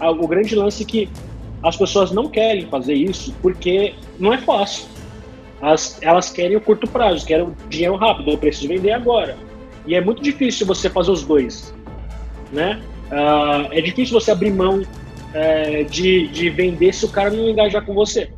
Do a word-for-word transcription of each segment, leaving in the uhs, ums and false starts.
o grande lance é que as pessoas não querem fazer isso porque não é fácil. As, elas querem o curto prazo, querem o dinheiro rápido, eu preciso vender agora. E é muito difícil você fazer os dois, né? Uh, é difícil você abrir mão uh, de, de vender se o cara não engajar com você.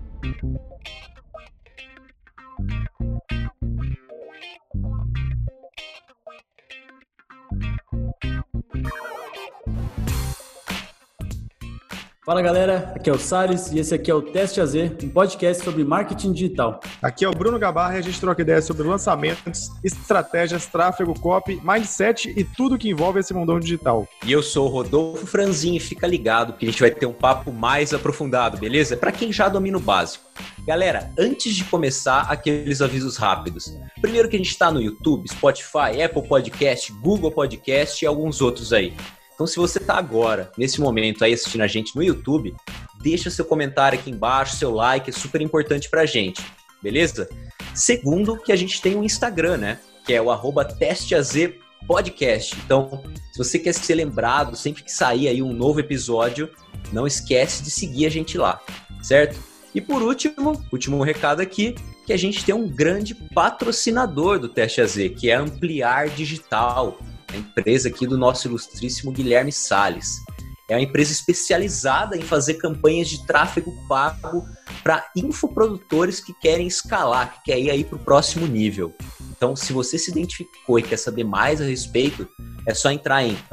Fala galera, aqui é o Salles e esse aqui é o Teste A Z, um podcast sobre marketing digital. Aqui é o Bruno Gabarra e a gente troca ideias sobre lançamentos, estratégias, tráfego, copy, mindset e tudo que envolve esse mundão digital. E eu sou o Rodolfo Franzin e fica ligado que a gente vai ter um papo mais aprofundado, beleza? Para quem já domina o básico. Galera, antes de começar, aqueles avisos rápidos. Primeiro que a gente está no YouTube, Spotify, Apple Podcast, Google Podcast e alguns outros aí. Então, se você está agora, nesse momento, aí assistindo a gente no YouTube, deixa seu comentário aqui embaixo, seu like, é super importante pra gente, beleza? Segundo, que a gente tem um Instagram, né? Que é o arroba testeazpodcast. Então, se você quer ser lembrado sempre que sair aí um novo episódio, não esquece de seguir a gente lá, certo? E por último, último recado aqui, que a gente tem um grande patrocinador do Teste A Z, que é a Ampliar Digital, a empresa aqui do nosso ilustríssimo Guilherme Salles. É uma empresa especializada em fazer campanhas de tráfego pago para infoprodutores que querem escalar, que querem ir aí para o próximo nível. Então, se você se identificou e quer saber mais a respeito, é só entrar em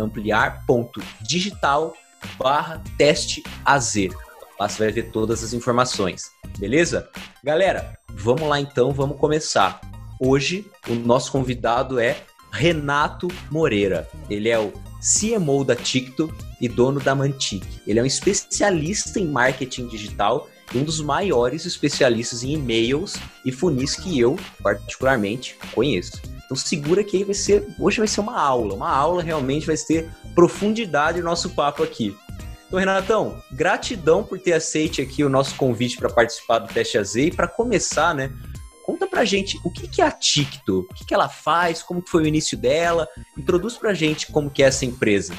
ampliar.digital barra teste AZ. Lá você vai ver todas as informações, beleza? Galera, vamos lá então, vamos começar. Hoje, o nosso convidado é Renato Moreira. Ele é o C M O da Ticto e dono da Mantic. Ele é um especialista em marketing digital e um dos maiores especialistas em e-mails e funis que eu, particularmente, conheço. Então segura que aí vai ser, hoje vai ser uma aula, uma aula realmente, vai ter profundidade no nosso papo aqui. Então, Renatão, gratidão por ter aceito aqui o nosso convite para participar do Teste A Z e para começar, né? Conta pra gente o que, que é a Ticto, o que, que ela faz, como que foi o início dela, introduz pra gente como que é essa empresa.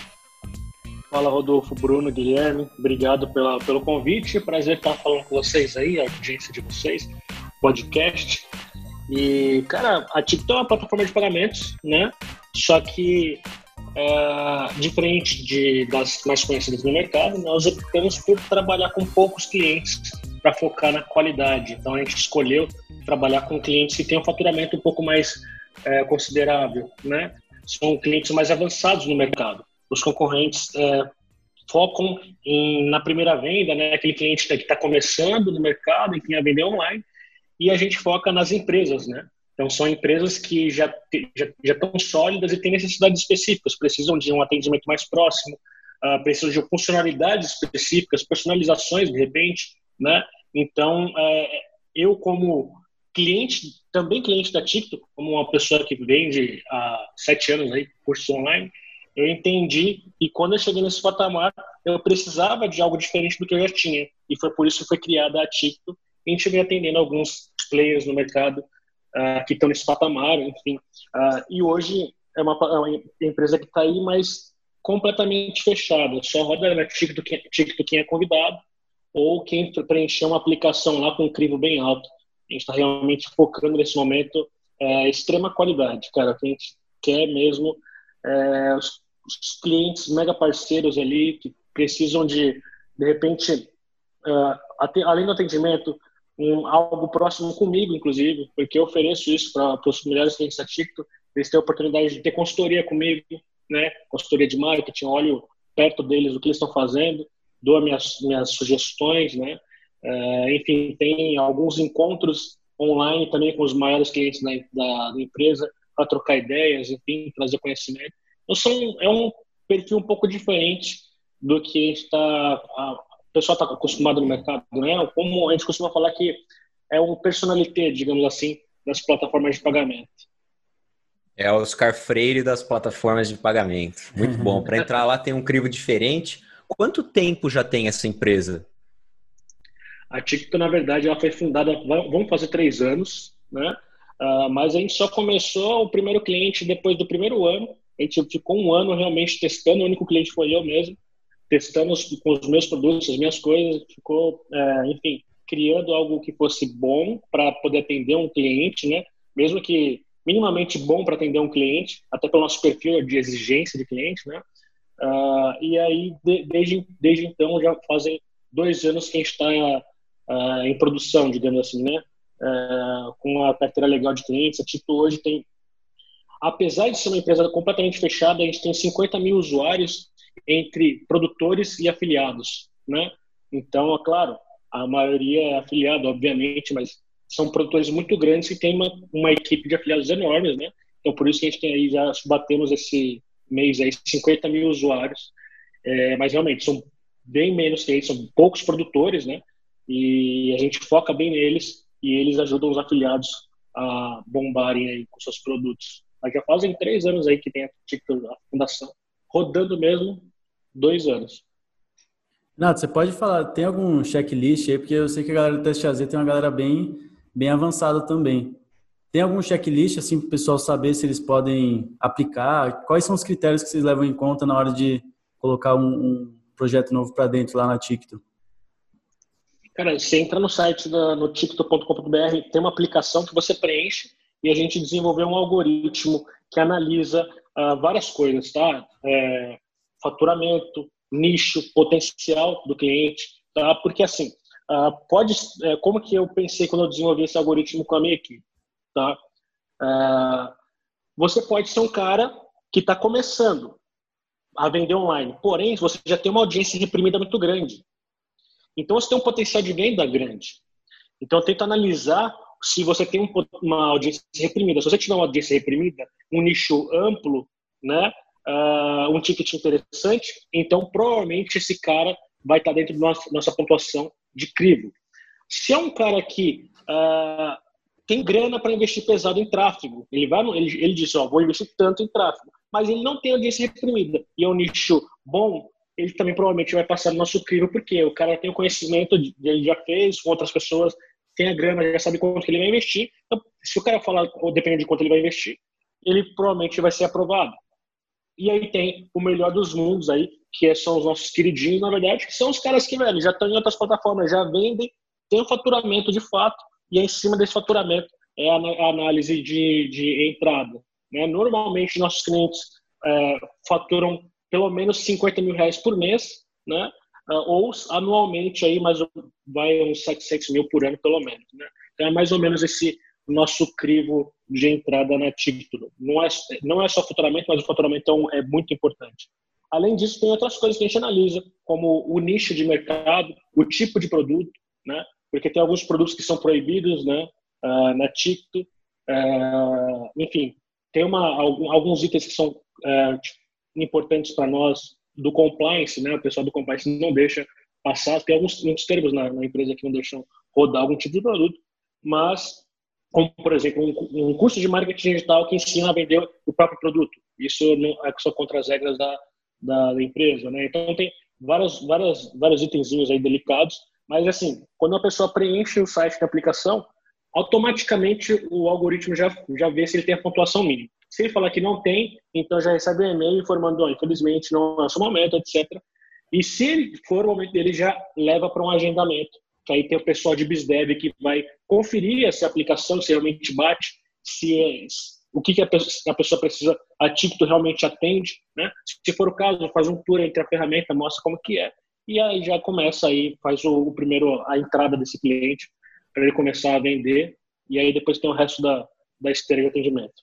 Fala Rodolfo, Bruno, Guilherme, obrigado pela, pelo convite, prazer estar falando com vocês aí, a audiência de vocês, podcast. E, cara, a Ticto é uma plataforma de pagamentos, né? Só que, é, diferente de, das mais conhecidas no mercado, nós optamos por trabalhar com poucos clientes para focar na qualidade. Então, a gente escolheu trabalhar com clientes que têm um faturamento um pouco mais é, considerável, né? São clientes mais avançados no mercado. Os concorrentes é, focam em, na primeira venda, né? Aquele cliente que está começando no mercado, enfim, a vender online, e a gente foca nas empresas, né? Então, são empresas que já, já, já estão sólidas e têm necessidades específicas, precisam de um atendimento mais próximo, uh, precisam de funcionalidades específicas, personalizações, de repente, né? Então, é, eu como cliente, também cliente da Ticto, como uma pessoa que vende há sete anos aí, curso online, eu entendi e quando eu cheguei nesse patamar, eu precisava de algo diferente do que eu já tinha. E foi por isso que foi criada a Ticto. E a gente vem atendendo alguns players no mercado uh, que estão nesse patamar, enfim. Uh, e hoje é uma, é uma empresa que está aí, mas completamente fechada. Só roda na Ticto, Ticto quem é convidado ou quem preencher uma aplicação lá com um crivo bem alto. A gente está realmente focando nesse momento é, extrema qualidade, cara. O que a gente quer mesmo é, os, os clientes mega parceiros ali que precisam de, de repente, uh, até, além do atendimento, um, algo próximo comigo, inclusive, porque eu ofereço isso para os melhores clientes da Ticto. Eles têm a oportunidade de ter consultoria comigo, né? Consultoria de marketing, olho perto deles o que eles estão fazendo, dou minhas, minhas sugestões, né? Uh, enfim, tem alguns encontros online também com os maiores clientes da, da, da empresa para trocar ideias, enfim, trazer conhecimento. Então, são, é um perfil um pouco diferente do que a gente está, a, o pessoal está acostumado no mercado, né? Como a gente costuma falar que é um personalité, digamos assim, das plataformas de pagamento. É o Oscar Freire das plataformas de pagamento. Muito bom. Para entrar lá tem um crivo diferente. Quanto tempo já tem essa empresa? A Ticto, na verdade, ela foi fundada, vamos fazer três anos, né? Uh, mas a gente só começou o primeiro cliente depois do primeiro ano. A gente ficou um ano realmente testando, o único cliente foi eu mesmo, testando os, com os meus produtos, as minhas coisas, ficou, é, enfim, criando algo que fosse bom para poder atender um cliente, né? Mesmo que minimamente bom para atender um cliente, até pelo nosso perfil de exigência de cliente, né? Uh, e aí, de, desde, desde então, já fazem dois anos que a gente está uh, em produção, digamos assim, né? Uh, com a carteira legal de clientes. A Ticto hoje tem, apesar de ser uma empresa completamente fechada, a gente tem cinquenta mil usuários entre produtores e afiliados, né? Então, é claro, a maioria é afiliado, obviamente, mas são produtores muito grandes que têm uma, uma equipe de afiliados enormes, né? Então, por isso que a gente tem aí, já batemos esse mês aí, cinquenta mil usuários, é, mas realmente são bem menos que eles, são poucos produtores, né? E a gente foca bem neles e eles ajudam os afiliados a bombarem aí com seus produtos. Mas já fazem três anos aí que tem a, a fundação, rodando mesmo dois anos. Renato, você pode falar, tem algum checklist aí, porque eu sei que a galera do Teste A Z tem uma galera bem, bem avançada também. Tem algum checklist, assim, para o pessoal saber se eles podem aplicar? Quais são os critérios que vocês levam em conta na hora de colocar um, um projeto novo para dentro lá na Ticto? Cara, você entra no site da, no ticto ponto com ponto b r, tem uma aplicação que você preenche e a gente desenvolveu um algoritmo que analisa uh, várias coisas, tá? É, faturamento, nicho, potencial do cliente, tá? Porque assim, uh, pode, é, como que eu pensei quando eu desenvolvi esse algoritmo com a minha equipe, tá? Uh, você pode ser um cara que está começando a vender online, porém você já tem uma audiência reprimida muito grande. Então você tem um potencial de venda grande. Então tenta analisar se você tem um, uma audiência reprimida. Se você tiver uma audiência reprimida, um nicho amplo, né? Uh, um ticket interessante, então provavelmente esse cara vai estar dentro da nossa, nossa pontuação de crivo. Se é um cara que uh, tem grana para investir pesado em tráfego, ele, vai, ele, ele diz, ó, vou investir tanto em tráfego, mas ele não tem audiência reprimida e é um nicho bom, ele também provavelmente vai passar no nosso crivo, porque o cara tem o conhecimento, de, ele já fez com outras pessoas, tem a grana, já sabe quanto que ele vai investir, então se o cara falar, dependendo de quanto ele vai investir, ele provavelmente vai ser aprovado. E aí tem o melhor dos mundos aí, que são os nossos queridinhos, na verdade, que são os caras que, velho, já estão em outras plataformas, já vendem, tem um faturamento de fato, e aí, em cima desse faturamento é a análise de, de entrada, né? Normalmente, nossos clientes é, faturam pelo menos cinquenta mil reais por mês, né? Ou anualmente, aí, mais, vai uns setecentos mil por ano, pelo menos, né? Então, é mais ou menos esse nosso crivo de entrada na Ticto. Não é, não é só faturamento, mas o faturamento é muito importante. Além disso, tem outras coisas que a gente analisa, como o nicho de mercado, o tipo de produto, né? Porque tem alguns produtos que são proibidos, né? Uh, na Ticto. Uh, enfim, tem uma, alguns itens que são uh, importantes para nós do compliance, né? O pessoal do compliance não deixa passar. Tem alguns, alguns termos na, na empresa que não deixam rodar algum tipo de produto, mas como, por exemplo, um, um curso de marketing digital que ensina a vender o próprio produto. Isso não é só contra as regras da, da, da empresa, né? Então, tem vários, vários, vários itenzinhos aí delicados, mas, assim, quando a pessoa preenche o site da aplicação, automaticamente o algoritmo já, já vê se ele tem a pontuação mínima. Se ele falar que não tem, então já recebe um e-mail informando, oh, infelizmente, não é o seu momento, etcétera. E se ele for o momento dele, já leva para um agendamento, que aí tem o pessoal de BizDev que vai conferir essa aplicação, se realmente bate, se é, o que, que a, pessoa, a pessoa precisa, a Ticto realmente atende, né? Se for o caso, faz um tour entre a ferramenta, mostra como que é, e aí já começa aí, faz o, o primeiro, a entrada desse cliente, para ele começar a vender, e aí depois tem o resto da, da esteira de atendimento.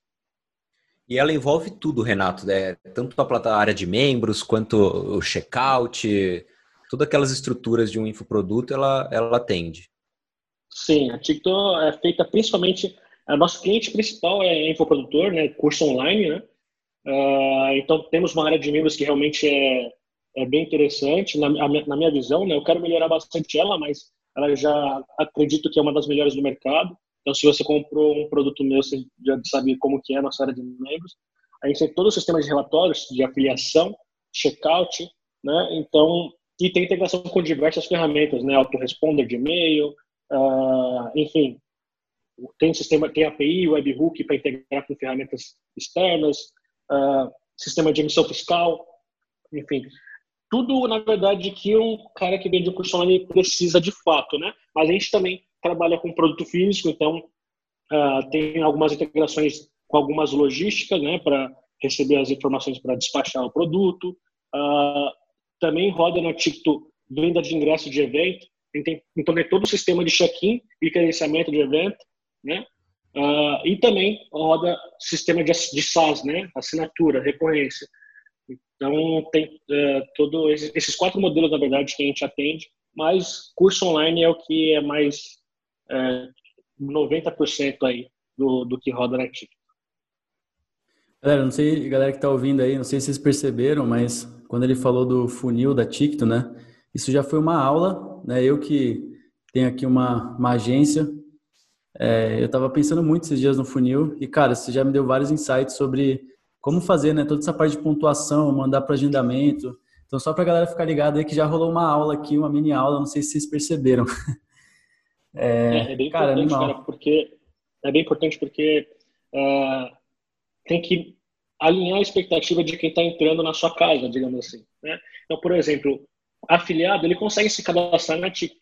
E ela envolve tudo, Renato, né? Tanto a área de membros, quanto o checkout, todas aquelas estruturas de um infoproduto, ela, ela atende. Sim, a Ticto é feita principalmente, a nosso cliente principal é infoprodutor, né, curso online, né? Uh, então temos uma área de membros que realmente é, é bem interessante, na, na minha visão, né? Eu quero melhorar bastante ela, mas ela já acredito que é uma das melhores do mercado. Então, se você comprou um produto meu, você já sabe como que é a nossa área de membros. A gente tem todo o sistema de relatórios, de afiliação, checkout, né? Então, e tem integração com diversas ferramentas, né? Autoresponder de e-mail, uh, enfim, tem sistema, tem A P I, webhook para integrar com ferramentas externas, uh, sistema de emissão fiscal, enfim. tudo, na verdade, que um cara que vende um curso online precisa de fato, né? Mas a gente também trabalha com produto físico, então uh, tem algumas integrações com algumas logísticas, né, para receber as informações para despachar o produto. Uh, também roda na TikTok venda de ingresso de evento, então tem todo o sistema de check-in e credenciamento de evento, né? Uh, e também roda sistema de, de SaaS, né? Assinatura, recorrência. Então tem uh, todos esses quatro modelos, na verdade, que a gente atende, mas curso online é o que é mais uh, noventa por cento aí do, do que roda na TikTok. Galera, não sei, galera que tá ouvindo aí, não sei se vocês perceberam, mas quando ele falou do funil da TikTok, né? Isso já foi uma aula, né? Eu que tenho aqui uma, uma agência, é, eu estava pensando muito esses dias no funil e, cara, você já me deu vários insights sobre como fazer, né? Toda essa parte de pontuação, mandar para agendamento. Então, só para a galera ficar ligada aí que já rolou uma aula aqui, uma mini aula, não sei se vocês perceberam. É, é bem cara, importante, animal. cara, porque é bem importante porque uh, tem que alinhar a expectativa de quem está entrando na sua casa, digamos assim, né? Então, por exemplo, afiliado, ele consegue se cadastrar na TikTok,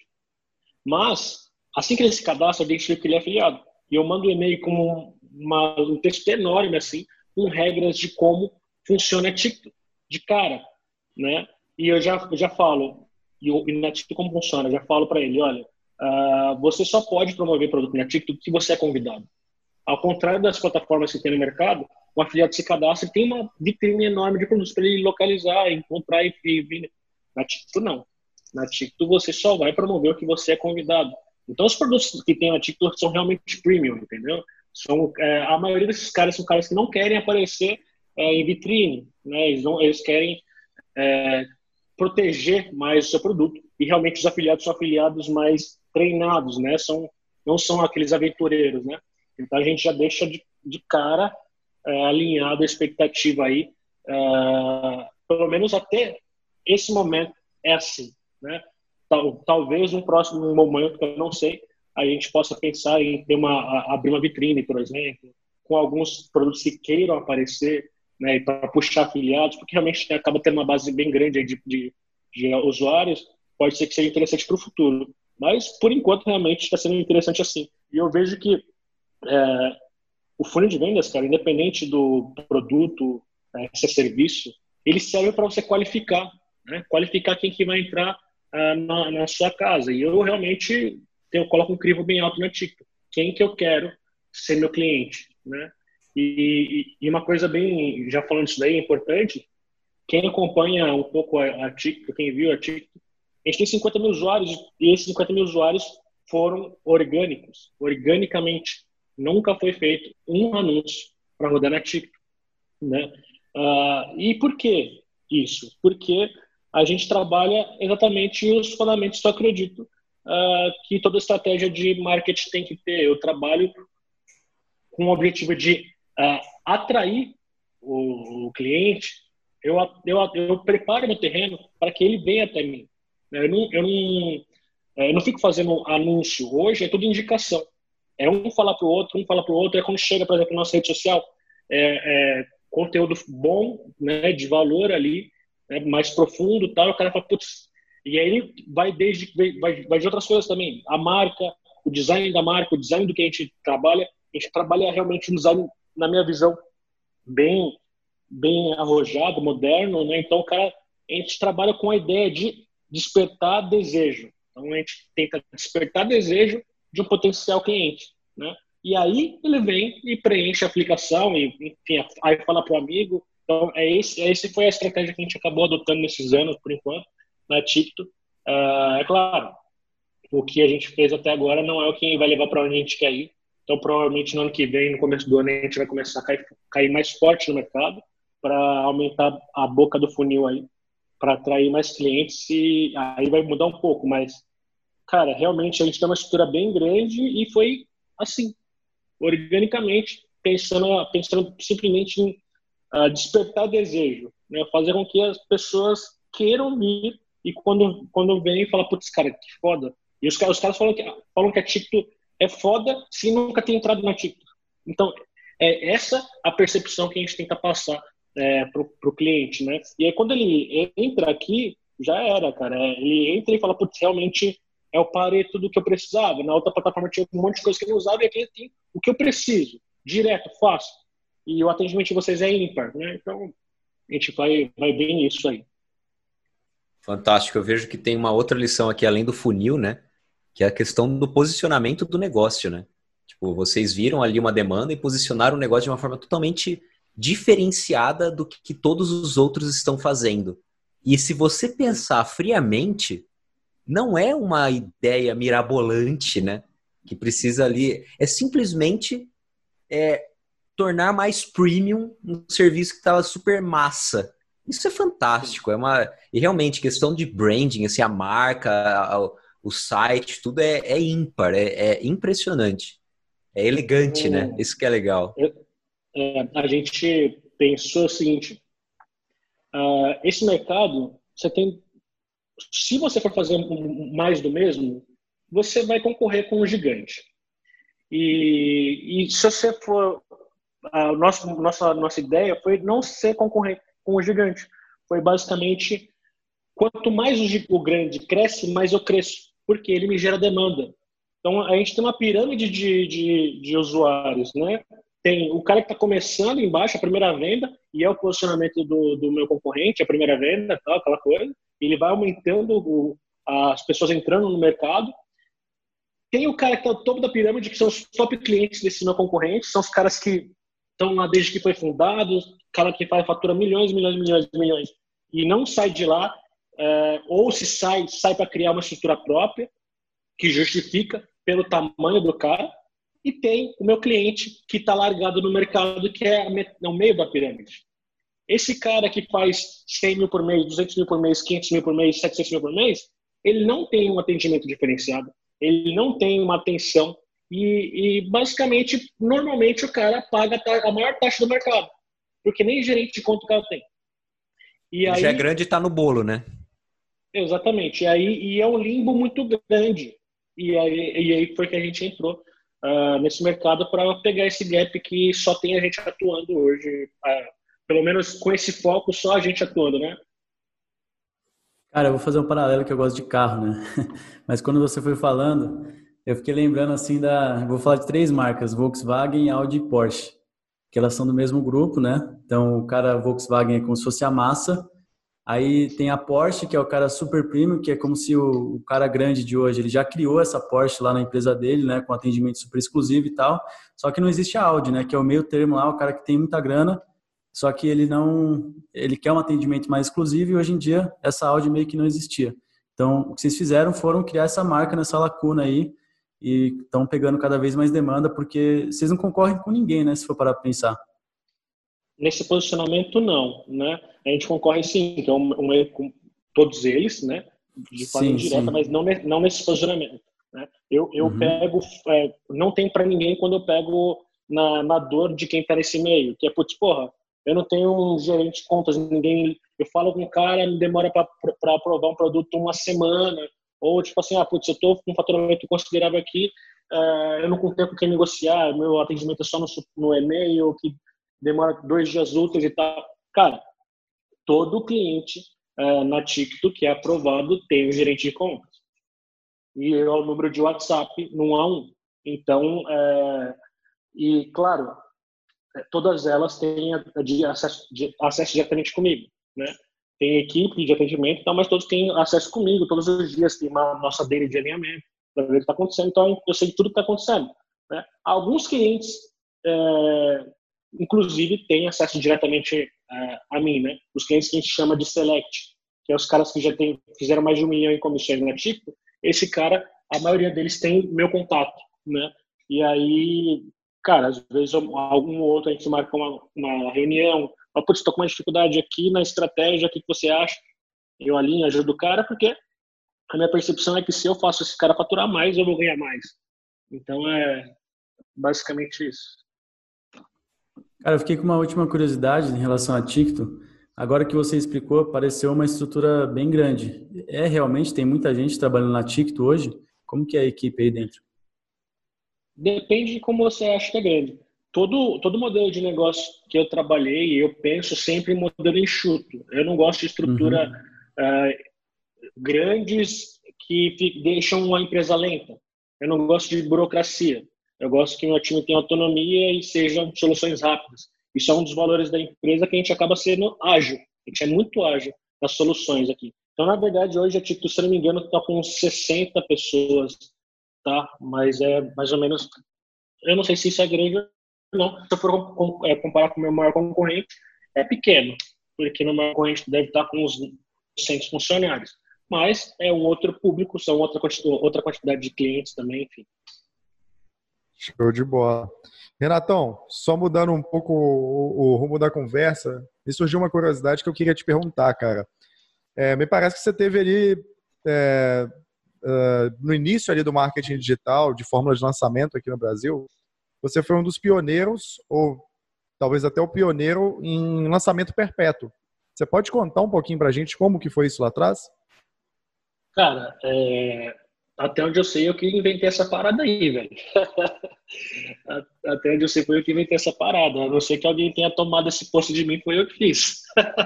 mas assim que ele se cadastra, eu deixo que ele é afiliado e eu mando um e-mail com uma, um texto enorme assim, com regras de como funciona a TikTok de cara, né? E eu já já falo e, eu, e na TikTok como funciona, eu já falo para ele, olha, uh, você só pode promover produto na TikTok se você é convidado. Ao contrário das plataformas que tem no mercado, o afiliado se cadastra e tem uma vitrine enorme de produtos para ele localizar, encontrar e vir. Na TikTok, não. Na TikTok, você só vai promover o que você é convidado. Então, os produtos que tem na TikTok são realmente premium, entendeu? São, é, a maioria desses caras são caras que não querem aparecer é, em vitrine, né? Eles, não, eles querem é, proteger mais o seu produto. E realmente os afiliados são afiliados mais treinados, né? São, não são aqueles aventureiros, né? Então, a gente já deixa de, de cara é, alinhado a expectativa aí, é, pelo menos até esse momento é assim, né? Tal, talvez um próximo momento, que eu não sei, a gente possa pensar em ter uma, abrir uma vitrine, por exemplo, com alguns produtos que queiram aparecer, né, para puxar afiliados, porque realmente acaba tendo uma base bem grande aí de, de, de usuários, pode ser que seja interessante para o futuro. Mas, por enquanto, realmente está sendo interessante assim. E eu vejo que é, o funil de vendas, cara, independente do produto, é, se é serviço, ele serve para você qualificar, né? Qualificar quem que vai entrar uh, na, na sua casa. E eu realmente tenho, coloco um crivo bem alto na TikTok. Quem que eu quero ser meu cliente, né? E, e uma coisa bem, já falando isso daí, é importante, quem acompanha um pouco a, a TikTok, quem viu a TikTok, a gente tem cinquenta mil usuários e esses cinquenta mil usuários foram orgânicos, organicamente. Nunca foi feito um anúncio para rodar na TikTok, né? Uh, e por que isso? Porque a gente trabalha exatamente os fundamentos que eu acredito uh, que toda estratégia de marketing tem que ter. Eu trabalho com o objetivo de uh, atrair o, o cliente, eu, eu, eu preparo meu terreno para que ele venha até mim. Eu não, eu não, eu não fico fazendo anúncio. Hoje é tudo indicação. É um falar para o outro, um falar para o outro. É quando chega, por exemplo, na nossa rede social, é, é conteúdo bom, né, de valor ali, né, mais profundo, tal. O cara fala, putz, e aí ele vai desde vai, vai de outras coisas também. A marca, o design da marca, o design do que a gente trabalha. A gente trabalha realmente um design, na minha visão, bem, bem arrojado, moderno, né? Então, o cara, a gente trabalha com a ideia de despertar desejo. Então, a gente tenta despertar desejo de um potencial cliente, né? E aí ele vem e preenche a aplicação e, enfim, aí fala para o amigo. Então, é esse, esse foi a estratégia que a gente acabou adotando nesses anos, por enquanto, na TikTok. Uh, é claro, o que a gente fez até agora não é o que vai levar para onde a gente quer ir. Então, provavelmente, no ano que vem, no começo do ano, a gente vai começar a cair, cair mais forte no mercado para aumentar a boca do funil aí, para atrair mais clientes e aí vai mudar um pouco, mas, cara, realmente a gente tem uma estrutura bem grande e foi assim, organicamente, pensando, pensando simplesmente em uh, despertar desejo, né? Fazer com que as pessoas queiram vir e quando, quando vem fala, putz, cara, que foda. E os, os caras falam que, falam que a TikTok é foda se nunca ter entrado na TikTok. Então, é essa a percepção que a gente tenta passar é, para o cliente, né? E aí quando ele entra aqui, já era, cara. É, ele entra e fala, putz, realmente é o Pareto do que eu precisava. Na outra plataforma tinha um monte de coisa que eu não usava e aqui tem o que eu preciso, direto, fácil. E o atendimento de vocês é ímpar, né? Então, a gente vai, vai bem nisso aí. Fantástico. Eu vejo que tem uma outra lição aqui, além do funil, né? Que é a questão do posicionamento do negócio, né? Tipo, vocês viram ali uma demanda e posicionaram o negócio de uma forma totalmente diferenciada do que, que todos os outros estão fazendo. E se você pensar friamente, não é uma ideia mirabolante, né? Que precisa ali... É simplesmente é, tornar mais premium um serviço que estava super massa. Isso é fantástico. É uma... E realmente, questão de branding, assim, a marca, a, o site, tudo é, é ímpar, é, é impressionante. É elegante, né? Isso que é legal. É, é, a gente pensou o seguinte, uh, esse mercado, você tem, se você for fazer mais do mesmo, você vai concorrer com um gigante. E, e se você for... A nossa, nossa, nossa ideia foi não ser concorrente com o gigante. Foi basicamente, quanto mais o, o grande cresce, mais eu cresço, porque ele me gera demanda. Então, a gente tem uma pirâmide de, de, de usuários, né? Tem o cara que está começando embaixo, a primeira venda, e é o posicionamento do, do meu concorrente, a primeira venda, tal, aquela coisa. Ele vai aumentando o, as pessoas entrando no mercado. Tem o cara que está no topo da pirâmide, que são os top clientes desse meu concorrente, são os caras que estão lá desde que foi fundado, cara que faz fatura milhões, milhões, milhões, milhões, e não sai de lá, é, ou se sai, sai para criar uma estrutura própria, que justifica pelo tamanho do cara, e tem o meu cliente que está largado no mercado, que é no meio da pirâmide. Esse cara que faz cem mil por mês, duzentos mil por mês, quinhentos mil por mês, setecentos mil por mês, ele não tem um atendimento diferenciado, ele não tem uma atenção, e, e basicamente, normalmente o cara paga a maior taxa do mercado, porque nem gerente de conta o cara tem. E ele aí, já é grande e está no bolo, né? Exatamente. E, aí, e é um limbo muito grande. E aí, e aí foi que a gente entrou uh, nesse mercado para pegar esse gap que só tem a gente atuando hoje. Uh, pelo menos com esse foco, só a gente atuando, né? Cara, eu vou fazer um paralelo que eu gosto de carro, né? Mas quando você foi falando, eu fiquei lembrando assim da... Vou falar de três marcas, Volkswagen, Audi e Porsche. Que elas são do mesmo grupo, né? Então, o cara Volkswagen é como se fosse a massa. Aí tem a Porsche, que é o cara super premium, que é como se o, o cara grande de hoje, ele já criou essa Porsche lá na empresa dele, né, com atendimento super exclusivo e tal. Só que não existe a Audi, né, que é o meio termo lá, o cara que tem muita grana, só que ele não, ele quer um atendimento mais exclusivo e hoje em dia essa Audi meio que não existia. Então, o que vocês fizeram foram criar essa marca nessa lacuna aí e estão pegando cada vez mais demanda porque vocês não concorrem com ninguém, né, se for parar para pensar. Nesse posicionamento, não, né? A gente concorre sim, que é um, um, com todos eles, né? De forma sim, indireta, sim. mas não, não nesse posicionamento. Né? Eu, eu Uhum. pego, é, não tem para ninguém quando eu pego na, na dor de quem tá nesse meio, que é, putz, porra, eu não tenho um gerente de contas, ninguém, eu falo com um cara, demora para aprovar um produto uma semana, ou tipo assim, ah, putz, eu tô com um faturamento considerável aqui, uh, eu não tenho com quem negociar, meu atendimento é só no, no e-mail, que demora dois dias úteis e tal. Cara, todo cliente uh, na Ticto que é aprovado tem um gerente de compras. E é o número de WhatsApp no um a um. Então, uh, e claro, todas elas têm de acesso, de acesso diretamente comigo, né? Tem equipe de atendimento, então, mas todos têm acesso comigo todos os dias, tem uma nossa daily de alinhamento para ver o que está acontecendo, então eu sei tudo que está acontecendo, né? Alguns clientes é, inclusive tem acesso diretamente uh, a mim, né? Os clientes que a gente chama de select, que é os caras que já tem, fizeram mais de um milhão em comissões na Ticto, esse cara, a maioria deles tem meu contato, né? E aí, cara, às vezes algum outro a gente marca uma, uma reunião, fala, putz, estou com uma dificuldade aqui na estratégia, o que você acha? Eu alinho, ajudo o cara, porque a minha percepção é que se eu faço esse cara faturar mais, eu vou ganhar mais. Então, é basicamente isso. Cara, eu fiquei com uma última curiosidade em relação à Ticto. Agora que você explicou, pareceu uma estrutura bem grande. É realmente? Tem muita gente trabalhando na Ticto hoje? Como que é a equipe aí dentro? Depende de como você acha que é grande. todo, todo modelo de negócio que eu trabalhei, eu penso sempre em modelo enxuto. Eu não gosto de estrutura Uhum. uh, grandes que fi- deixam a empresa lenta. Eu não gosto de burocracia. Eu gosto que o meu time tenha autonomia e sejam soluções rápidas. Isso é um dos valores da empresa, que a gente acaba sendo ágil. A gente é muito ágil nas soluções aqui. Então, na verdade, hoje a TikTok, se não me engano, está com sessenta pessoas, tá? Mas é mais ou menos... Eu não sei se isso é grande ou não. Se eu for com- é, comparar com o meu maior concorrente, é pequeno, porque no maior concorrente deve estar com uns cem funcionários. Mas é um outro público, são outra quantidade, outra quantidade de clientes também, enfim. Show de bola. Renatão, só mudando um pouco o, o rumo da conversa, me surgiu uma curiosidade que eu queria te perguntar, cara. É, me parece que você teve ali, é, é, no início ali do marketing digital, de fórmula de lançamento aqui no Brasil, você foi um dos pioneiros, ou talvez até o pioneiro, em lançamento perpétuo. Você pode contar um pouquinho pra gente como que foi isso lá atrás? Cara, é, até onde eu sei, eu que inventei essa parada aí, velho. Até onde eu sei, foi eu que inventei essa parada. A não ser que alguém tenha tomado esse posto de mim, foi eu que fiz.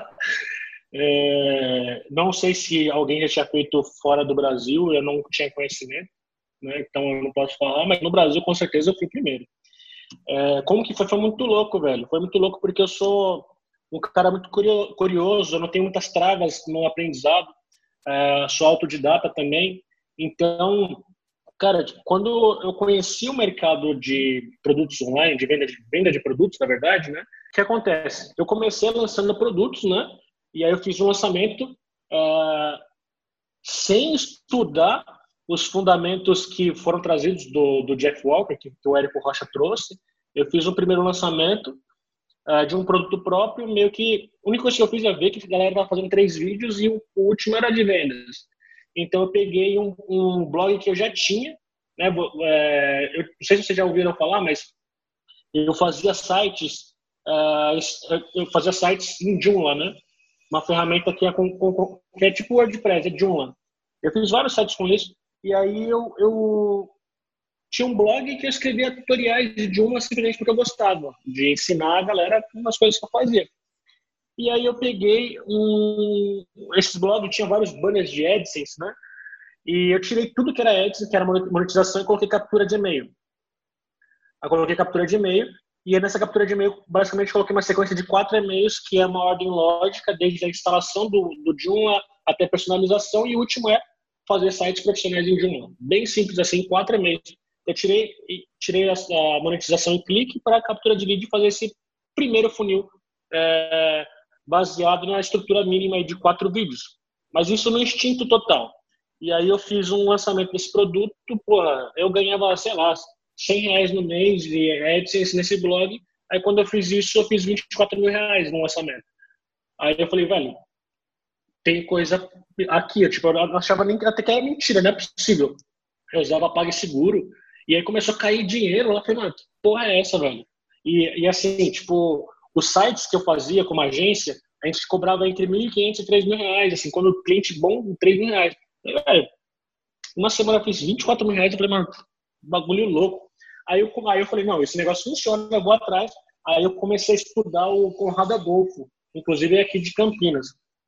É, não sei se alguém já tinha feito fora do Brasil, eu não tinha conhecimento, né? Então eu não posso falar, mas no Brasil, com certeza, eu fui primeiro. É, como que foi? Foi muito louco, velho. Foi muito louco porque eu sou um cara muito curioso, eu não tenho muitas travas no aprendizado, é, sou autodidata também. Então, cara, quando eu conheci o mercado de produtos online, de venda de, venda de produtos, na verdade, né? O que acontece? Eu comecei lançando produtos, né? E aí eu fiz um lançamento uh, sem estudar os fundamentos que foram trazidos do, do Jeff Walker, que, que o Érico Rocha trouxe. Eu fiz um primeiro lançamento uh, de um produto próprio, meio que... A única coisa que eu fiz é ver que a galera estava fazendo três vídeos e o, o último era de vendas. Então eu peguei um, um blog que eu já tinha, né? É, eu não sei se vocês já ouviram falar, mas eu fazia sites, uh, eu fazia sites em Joomla, né? Uma ferramenta que é, com, com, que é tipo WordPress, é Joomla. Eu fiz vários sites com isso, e aí eu, eu tinha um blog que eu escrevia tutoriais de Joomla simplesmente porque eu gostava de ensinar a galera umas coisas que eu fazia. E aí eu peguei um... Esses blogs tinham vários banners de AdSense, né? E eu tirei tudo que era AdSense, que era monetização, e coloquei captura de e-mail. Eu coloquei captura de e-mail, e nessa captura de e-mail, basicamente, coloquei uma sequência de quatro e-mails, que é uma ordem lógica, desde a instalação do, do Joomla até a personalização, e o último é fazer sites profissionais em Joomla. Bem simples assim, quatro e-mails. Eu tirei, tirei a, a monetização em clique para a captura de vídeo e fazer esse primeiro funil é, baseado na estrutura mínima de quatro vídeos. Mas isso no instinto total. E aí eu fiz um lançamento desse produto, porra, eu ganhava, sei lá, cem reais no mês de AdSense nesse blog. Aí quando eu fiz isso, eu fiz vinte e quatro mil reais no lançamento. Aí eu falei, velho, tem coisa aqui. Eu, tipo, eu achava nem, até que era mentira, não é possível. Eu usava PagSeguro. E aí começou a cair dinheiro. Eu falei, mano, que porra é essa, velho? E, e assim, tipo, os sites que eu fazia como agência, a gente cobrava entre mil e quinhentos e três mil reais. Assim, quando o cliente bom, três mil reais. Eu, velho, uma semana eu fiz vinte e quatro mil reais. Eu falei, mano, bagulho louco. Aí eu, aí eu falei, não, esse negócio funciona, eu vou atrás. Aí eu comecei a estudar o Conrado Adolfo, inclusive é aqui de Campinas.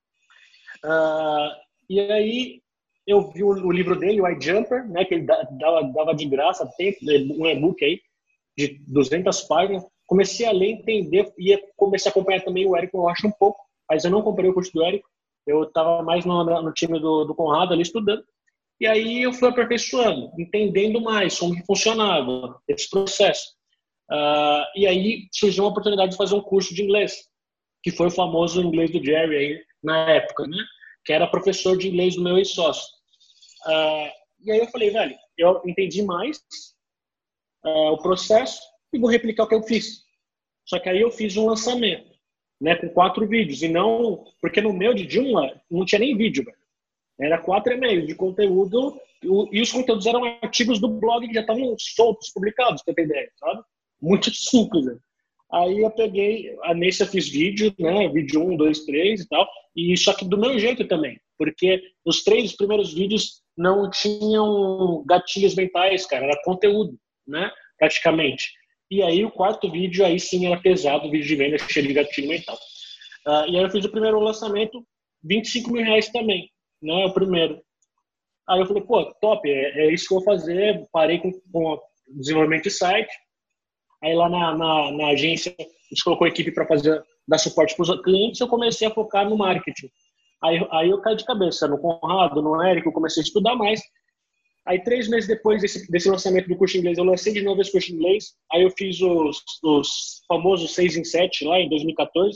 Uh, e aí eu vi o, o livro dele, o iJumper, né, que ele dava, dava de graça, tem um e-book aí de duzentas páginas. Comecei a ler, entender, e comecei a acompanhar também o Érico Rocha um pouco, mas eu não comprei o curso do Érico, eu estava mais no, no time do, do Conrado ali estudando. E aí eu fui aperfeiçoando, entendendo mais como que funcionava esse processo. Uh, e aí surgiu uma oportunidade de fazer um curso de inglês, que foi o famoso inglês do Jerry aí, na época, né? Que era professor de inglês do meu ex-sócio. Uh, e aí eu falei, velho, eu entendi mais uh, o processo e vou replicar o que eu fiz. Só que aí eu fiz um lançamento, né, com quatro vídeos, e não... Porque no meu de Joomla não tinha nem vídeo, velho. Era quatro e-mails de conteúdo, e os conteúdos eram artigos do blog que já estavam soltos, publicados, pra ter ideia, sabe? Muito simples, né? Aí eu peguei, nesse eu fiz vídeo, né? Vídeo um, dois, três e tal, e só que do meu jeito também, porque os três primeiros vídeos não tinham gatilhos mentais, cara, era conteúdo, né? Praticamente. E aí o quarto vídeo, aí sim era pesado, vídeo de venda, cheio de gatilho mental. Uh, e aí eu fiz o primeiro lançamento, vinte e cinco mil reais também, né, o primeiro. Aí eu falei, pô, top, é, é isso que eu vou fazer. Parei com, com o desenvolvimento de site. Aí lá na, na, na agência, a gente colocou a equipe para fazer, dar suporte para os clientes, eu comecei a focar no marketing. Aí, aí eu caí de cabeça no Conrado, no Érico, eu comecei a estudar mais. Aí três meses depois desse, desse lançamento do curso de inglês, eu lancei de novo esse curso de inglês. Aí eu fiz os, os famosos seis em sete lá em dois mil e quatorze.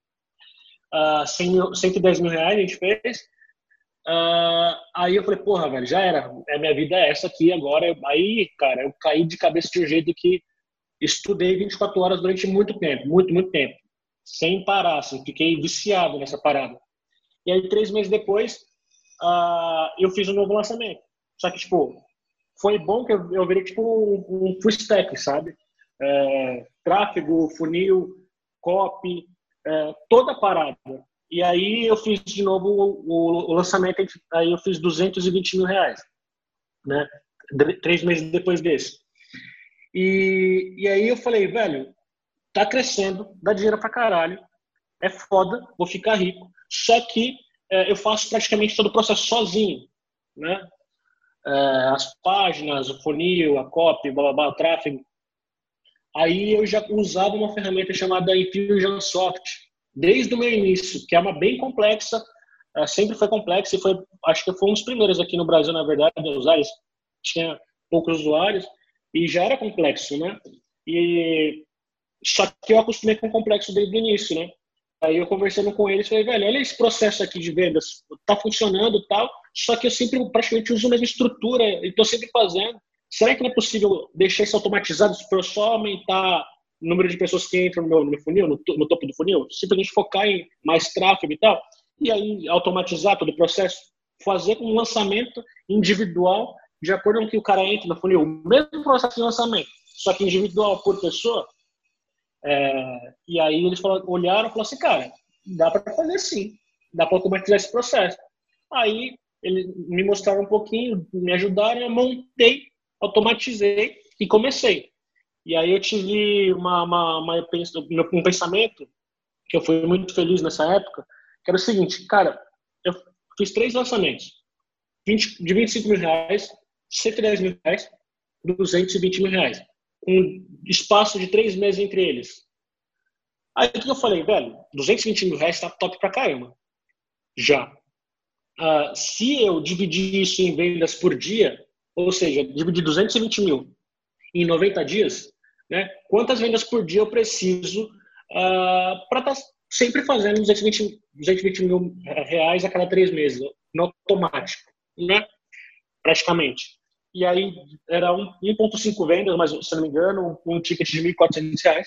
Uh, cento e dez mil reais a gente fez. Uh, aí eu falei, porra, velho, já era. A minha vida é essa aqui agora. Aí, cara, eu caí de cabeça de um jeito que estudei vinte e quatro horas durante muito tempo, muito, muito tempo. Sem parar, assim. Fiquei viciado nessa parada. E aí, três meses depois, uh, eu fiz um novo lançamento. Só que, tipo, foi bom que eu, eu virei, tipo, um, um full stack, sabe? É, tráfego, funil, copy, é, toda a parada. E aí eu fiz de novo o, o, o lançamento, aí eu fiz duzentos e vinte mil reais, né? Três meses depois desse. E, e aí eu falei, velho, tá crescendo, dá dinheiro pra caralho, é foda, vou ficar rico. Só que é, eu faço praticamente todo o processo sozinho, né? É, as páginas, o funil, a copy, blá, blá, blá, o tráfego. Aí eu já usava uma ferramenta chamada Infusionsoft, desde o meu início, que é uma bem complexa, uh, sempre foi complexa e foi, acho que foi um dos primeiros aqui no Brasil, na verdade, a usar isso. Tinha poucos usuários e já era complexo, né? E só que eu acostumei com o complexo desde o início, né? Aí eu conversando com eles, falei, velho, olha esse processo aqui de vendas, tá funcionando e tal, só que eu sempre praticamente uso a mesma estrutura e tô sempre fazendo. Será que não é possível deixar isso automatizado para eu só aumentar o número de pessoas que entram no meu, no meu funil, no, no topo do funil? Simplesmente focar em mais tráfego e tal. E aí automatizar todo o processo, fazer um lançamento individual de acordo com o que o cara entra no funil. O mesmo processo de lançamento, só que individual por pessoa. É, e aí eles falaram, olharam e falaram assim, cara, dá para fazer sim, dá para automatizar esse processo. Aí eles me mostraram um pouquinho, me ajudaram, eu montei, automatizei e comecei. E aí eu tive uma, uma, uma, um pensamento, que eu fui muito feliz nessa época, que era o seguinte, cara, eu fiz três lançamentos, vinte, de vinte e cinco mil reais, cento e dez mil reais, duzentos e vinte mil reais. Um espaço de três meses entre eles. Aí o que eu falei, velho, duzentos e vinte mil reais tá top pra caramba. Já. Uh, se eu dividir isso em vendas por dia, ou seja, dividir duzentos e vinte mil em noventa dias, né, quantas vendas por dia eu preciso uh, para estar tá sempre fazendo duzentos e vinte mil reais a cada três meses, no automático, né, praticamente. E aí era um ponto cinco vendas, mas se não me engano, um, um ticket de mil e quatrocentos reais.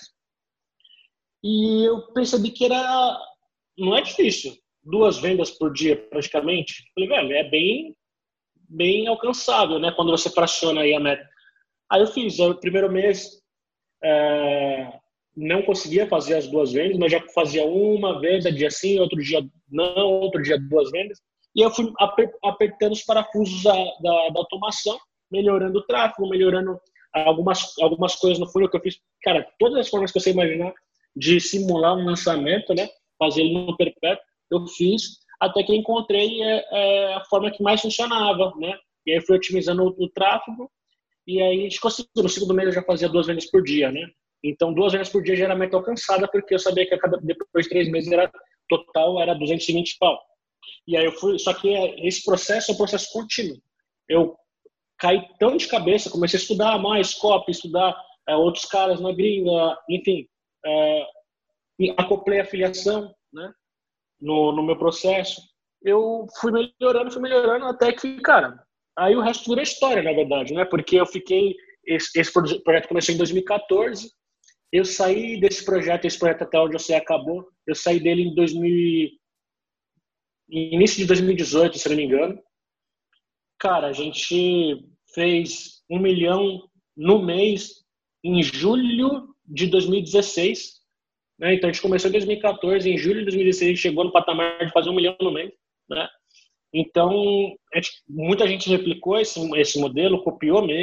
E eu percebi que era, não é difícil, duas vendas por dia praticamente. Falei, velho, é bem, bem alcançável, né, quando você fraciona aí a meta. Aí eu fiz, o primeiro mês é, não conseguia fazer as duas vendas, mas já fazia uma venda, dia sim, outro dia não, outro dia duas vendas. E eu fui apertando os parafusos da, da, da automação, melhorando o tráfego, melhorando algumas, algumas coisas no funil que eu fiz. Cara, todas as formas que você imaginar de simular um lançamento, né? Fazer ele no perpétuo, eu fiz, até que eu encontrei é, é, a forma que mais funcionava, né? E aí fui otimizando o, o tráfego, e aí a gente conseguiu. No segundo mês eu já fazia duas vendas por dia, né? Então, duas vendas por dia já era a meta alcançada, porque eu sabia que a cada, depois de três meses era total era duzentos e vinte pau. E aí eu fui, só que esse processo é um processo contínuo. Eu caí tão de cabeça, comecei a estudar mais copy, estudar é, outros caras na gringa, enfim, é, acoplei a afiliação, né, no, no meu processo. Eu fui melhorando, fui melhorando até que, cara, aí o resto virou história, na verdade, né, porque eu fiquei, esse, esse projeto começou em dois mil e quatorze, eu saí desse projeto, esse projeto até onde eu sei acabou, eu saí dele em dois mil, início de dois mil e dezoito, se não me engano. Cara, a gente fez um milhão no mês em julho de dois mil e dezesseis, né? Então a gente começou em dois mil e quatorze, em julho de dois mil e dezesseis a gente chegou no patamar de fazer um milhão no mês, né? Então a gente, muita gente replicou esse, esse modelo, copiou mesmo,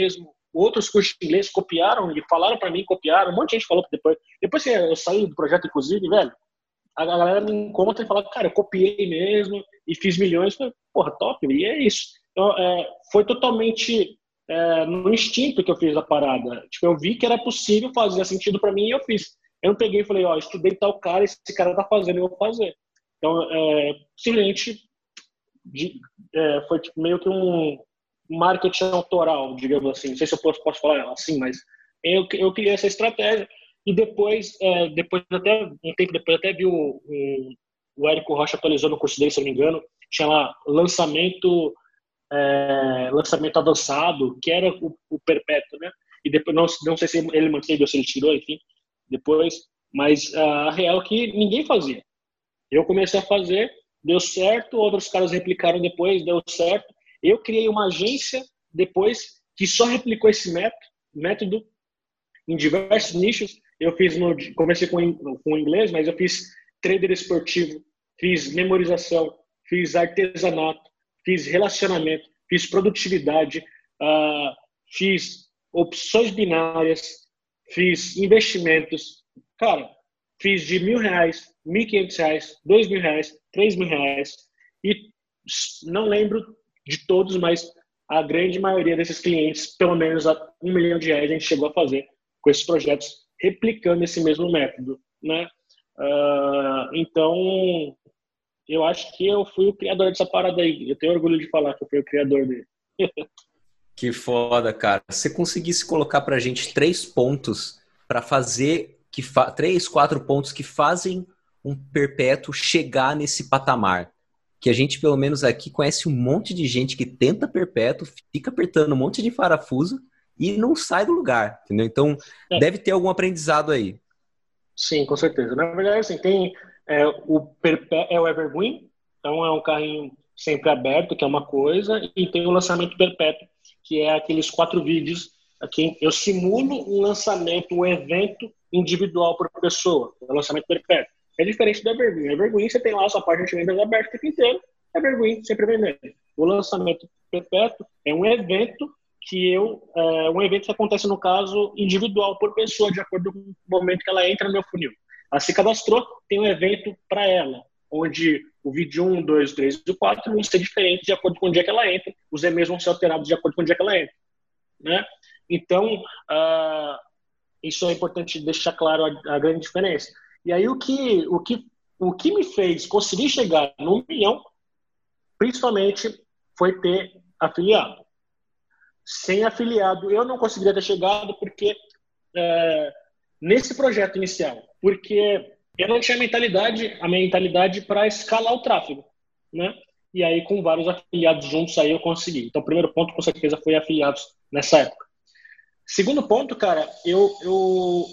outros cursos de inglês copiaram e falaram para mim, copiaram, um monte de gente falou que depois, depois que eu saí do projeto, inclusive, velho, a galera me encontra e fala, cara, eu copiei mesmo e fiz milhões. Eu falei, porra, top, e é isso. Então, é, foi totalmente é, no instinto que eu fiz a parada. Tipo, eu vi que era possível, fazia sentido para mim e eu fiz. Eu não peguei e falei, ó, estudei tal cara, esse cara tá fazendo, eu vou fazer. Então, é, simplesmente de, é, foi tipo, meio que um marketing autoral, digamos assim. Não sei se eu posso, posso falar assim, mas eu, eu criei essa estratégia. E depois, é, depois até, um tempo depois, até vi o, o, o Érico Rocha atualizou no curso dele, se eu não me engano, tinha lá lançamento, é, lançamento avançado, que era o, o perpétuo, né? E depois, não, não sei se ele manteve ou se ele tirou, enfim, depois, mas a real é que ninguém fazia. Eu comecei a fazer, deu certo, outros caras replicaram depois, deu certo. Eu criei uma agência depois que só replicou esse método, método em diversos nichos. Eu fiz no, comecei com, com inglês, mas eu fiz trader esportivo, fiz memorização, fiz artesanato, fiz relacionamento, fiz produtividade, uh, fiz opções binárias, fiz investimentos. Cara, fiz de mil reais, mil e quinhentos reais, dois mil reais, três mil reais. E não lembro de todos, mas a grande maioria desses clientes, pelo menos a um milhão de reais, a gente chegou a fazer com esses projetos, replicando esse mesmo método, né? Uh, então, eu acho que eu fui o criador dessa parada aí. Eu tenho orgulho de falar que eu fui o criador dele. Que foda, cara. Se você conseguisse colocar pra gente três pontos para fazer, que fa... três, quatro pontos que fazem um perpétuo chegar nesse patamar. Que a gente, pelo menos aqui, conhece um monte de gente que tenta perpétuo, fica apertando um monte de parafuso e não sai do lugar, entendeu? Então, é. Deve ter algum aprendizado aí. Sim, com certeza. Na verdade, assim, tem é, o perpé... é o Evergreen, então é um carrinho sempre aberto, que é uma coisa, e tem o lançamento perpétuo, que é aqueles quatro vídeos aqui. Eu simulo um lançamento, um evento individual por pessoa, o lançamento perpétuo. É diferente do Evergreen. O Evergreen, você tem lá a sua página de vendas aberta o tempo inteiro, Evergreen sempre vendendo. O lançamento perpétuo é um evento que eu, é, um evento que acontece, no caso, individual por pessoa, de acordo com o momento que ela entra no meu funil. Ela se cadastrou, tem um evento para ela, onde o vídeo um, dois, três e quatro vão ser diferentes de acordo com o dia que ela entra, os e-mails vão ser alterados de acordo com o dia que ela entra, né? Então, uh, isso é importante deixar claro a, a grande diferença. E aí o que, o, que, o que me fez conseguir chegar no um milhão, principalmente, foi ter afiliado. Sem afiliado, eu não conseguiria ter chegado porque é, nesse projeto inicial, porque eu não tinha mentalidade, a mentalidade para escalar o tráfego, né? E aí com vários afiliados juntos aí eu consegui. Então o primeiro ponto com certeza foi afiliados nessa época. Segundo ponto, cara, eu, eu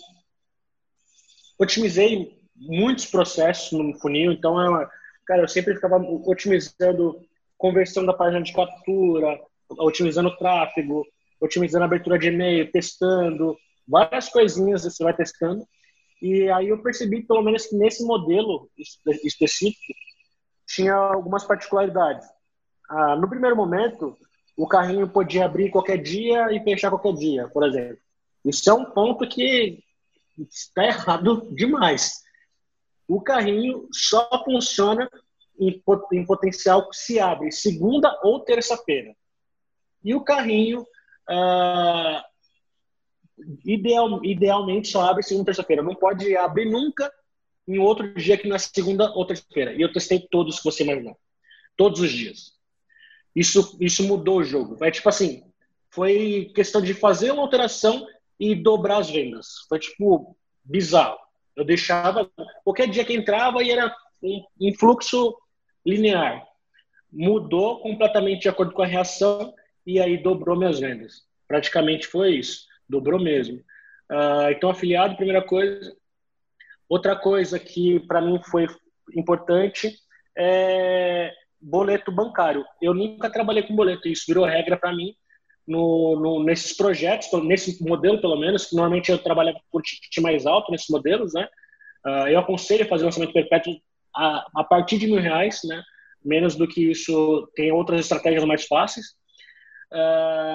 otimizei muitos processos no funil, então eu, cara, eu sempre ficava otimizando conversão da página de captura, otimizando o tráfego, otimizando a abertura de e-mail, testando, várias coisinhas você vai testando. E aí eu percebi, pelo menos, que nesse modelo específico tinha algumas particularidades. Ah, no primeiro momento, o carrinho podia abrir qualquer dia e fechar qualquer dia, por exemplo. Isso é um ponto que está errado demais. O carrinho só funciona em, em potencial que se abre segunda ou terça-feira. E o carrinho, uh, ideal, idealmente, só abre segunda e terça-feira. Não pode abrir nunca em outro dia que não é segunda ou terça-feira. E eu testei todos que você imaginar. Todos os dias. Isso, isso mudou o jogo. É tipo assim, foi questão de fazer uma alteração e dobrar as vendas. Foi tipo bizarro. Eu deixava, qualquer dia que entrava e era um, um fluxo linear. Mudou completamente de acordo com a reação. E aí dobrou minhas vendas. Praticamente foi isso. Dobrou mesmo. Uh, então, afiliado, primeira coisa. Outra coisa que para mim foi importante é boleto bancário. Eu nunca trabalhei com boleto. Isso virou regra para mim no, no, nesses projetos, nesse modelo pelo menos, que normalmente eu trabalhava por ticket mais alto nesses modelos, né? Uh, eu aconselho a fazer lançamento perpétuo a, a partir de mil reais, né? Menos do que isso, tem outras estratégias mais fáceis. Uh,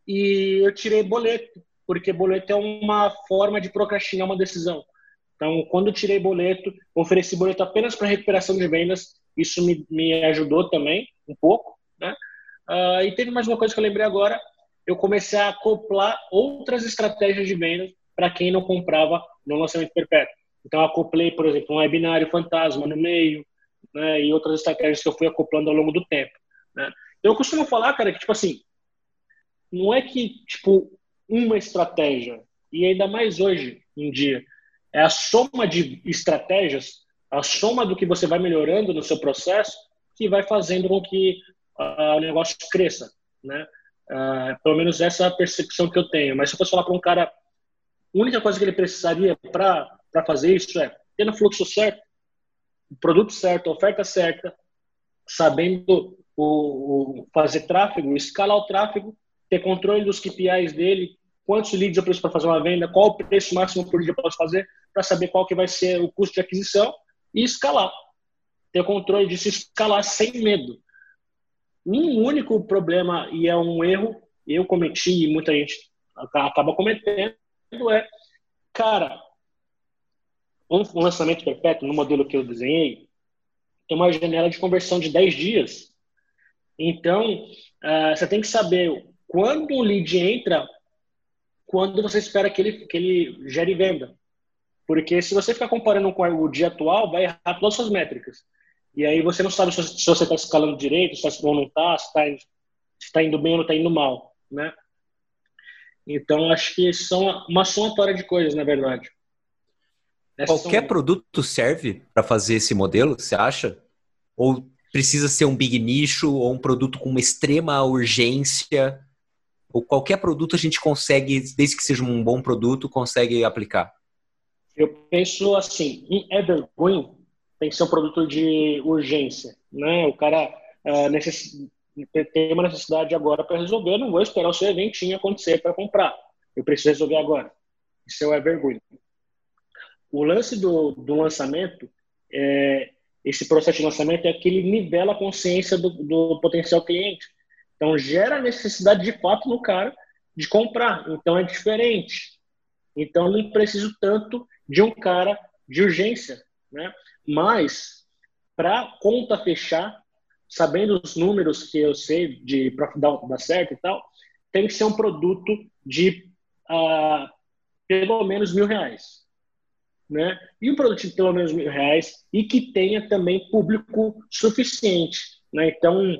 e eu tirei boleto, porque boleto é uma forma de procrastinar uma decisão. Então, quando eu tirei boleto, ofereci boleto apenas para recuperação de vendas, isso me, me ajudou também um pouco, né? Uh, e teve mais uma coisa que eu lembrei agora, eu comecei a acoplar outras estratégias de vendas para quem não comprava no lançamento perpétuo. Então, eu acoplei, por exemplo, um webinário fantasma no meio, né, e outras estratégias que eu fui acoplando ao longo do tempo, né? Eu costumo falar, cara, que, tipo assim, não é que, tipo, uma estratégia, e ainda mais hoje em dia, é a soma de estratégias, a soma do que você vai melhorando no seu processo, que vai fazendo com que uh, o negócio cresça, né? Uh, pelo menos essa é a percepção que eu tenho. Mas se eu fosse falar para um cara, a única coisa que ele precisaria para fazer isso é ter no fluxo certo, o produto certo, a oferta certa, sabendo o, o fazer tráfego, escalar o tráfego, ter controle dos K P Is dele, quantos leads eu preciso para fazer uma venda, qual o preço máximo por dia eu posso fazer, para saber qual que vai ser o custo de aquisição e escalar. Ter controle de se escalar sem medo. Um único problema, e é um erro, eu cometi e muita gente acaba cometendo, é, cara, um lançamento perpétuo, no modelo que eu desenhei, tem uma janela de conversão de dez dias. Então, uh, você tem que saber quando o lead entra, quando você espera que ele, que ele gere venda. Porque se você ficar comparando com o dia atual, vai errar todas as suas métricas. E aí você não sabe se você está escalando direito, se está ou não está, se está se tá indo bem ou não está indo mal, né? Então, acho que são uma somatória de coisas, na verdade. Essas Qualquer são... produto serve para fazer esse modelo, você acha? Ou precisa ser um big nicho ou um produto com uma extrema urgência? Ou qualquer produto a gente consegue, desde que seja um bom produto, consegue aplicar? Eu penso assim, um evergreen tem que ser um produto de urgência, né? O cara uh, necess... tem uma necessidade agora para resolver, eu não vou esperar o seu eventinho acontecer para comprar. Eu preciso resolver agora. Isso é o evergreen. O lance do, do lançamento, é, esse processo de lançamento é que ele nivela a consciência do, do potencial cliente. Então, gera necessidade de fato no cara de comprar. Então, é diferente. Então, eu não preciso tanto de um cara de urgência, né? Mas, para a conta fechar, sabendo os números que eu sei de para dar, dar certo e tal, tem que ser um produto de uh, pelo menos mil reais. Né? E um produto de pelo menos mil reais e que tenha também público suficiente, né? Então,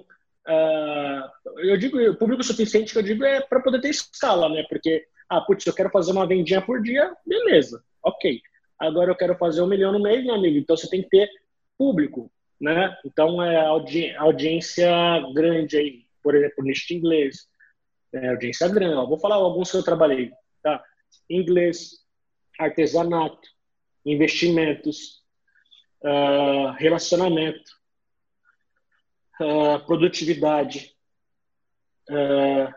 uh, eu digo, o público suficiente que eu digo é para poder ter escala, né? Porque, ah, putz, eu quero fazer uma vendinha por dia, beleza, ok. Agora eu quero fazer um milhão no mês, meu amigo, então você tem que ter público, né? Então, é audi audiência grande aí, por exemplo, nicho de inglês, é, audiência grande, ó, vou falar alguns que eu trabalhei, tá? Inglês, artesanato, investimentos, uh, relacionamento, uh, produtividade. Uh,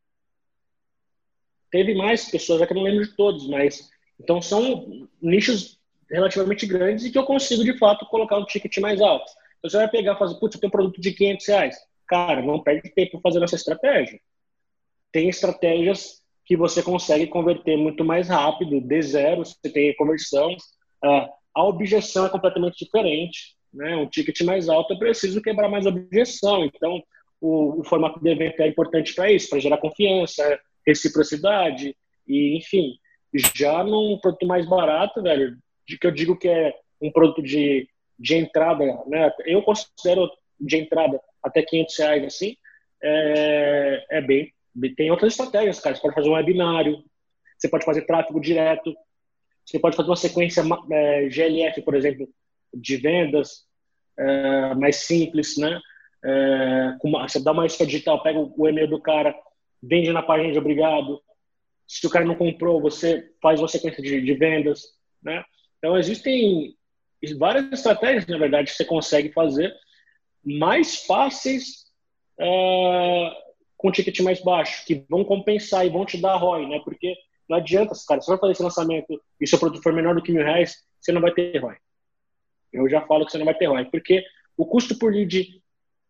teve mais pessoas, já que eu não lembro de todos, mas então são nichos relativamente grandes e que eu consigo, de fato, colocar um ticket mais alto. Então, você vai pegar e fazer, putz, eu tenho um produto de quinhentos reais. Cara, não perde tempo fazendo essa estratégia. Tem estratégias que você consegue converter muito mais rápido, de zero, você tem conversão. Uh, a objeção é completamente diferente, né? Um ticket mais alto, eu preciso quebrar mais objeção. Então, o, o formato de evento é importante para isso, para gerar confiança, reciprocidade, e enfim. Já num produto mais barato, velho, de que eu digo que é um produto de, de entrada, né? Eu considero de entrada até quinhentos reais, assim, é, é bem. Tem outras estratégias, cara. Você pode fazer um webinário, você pode fazer tráfego direto, você pode fazer uma sequência é, G L F, por exemplo, de vendas é, mais simples, né? É, com uma, você dá uma isca digital, pega o, o e-mail do cara, vende na página de obrigado. Se o cara não comprou, você faz uma sequência de, de vendas, né? Então, existem várias estratégias, na verdade, que você consegue fazer mais fáceis é, com ticket mais baixo, que vão compensar e vão te dar R O I, né? Porque não adianta, cara, se você vai fazer esse lançamento e seu produto for menor do que mil reais, você não vai ter R O I. Eu já falo que você não vai ter R O I, porque o custo por lead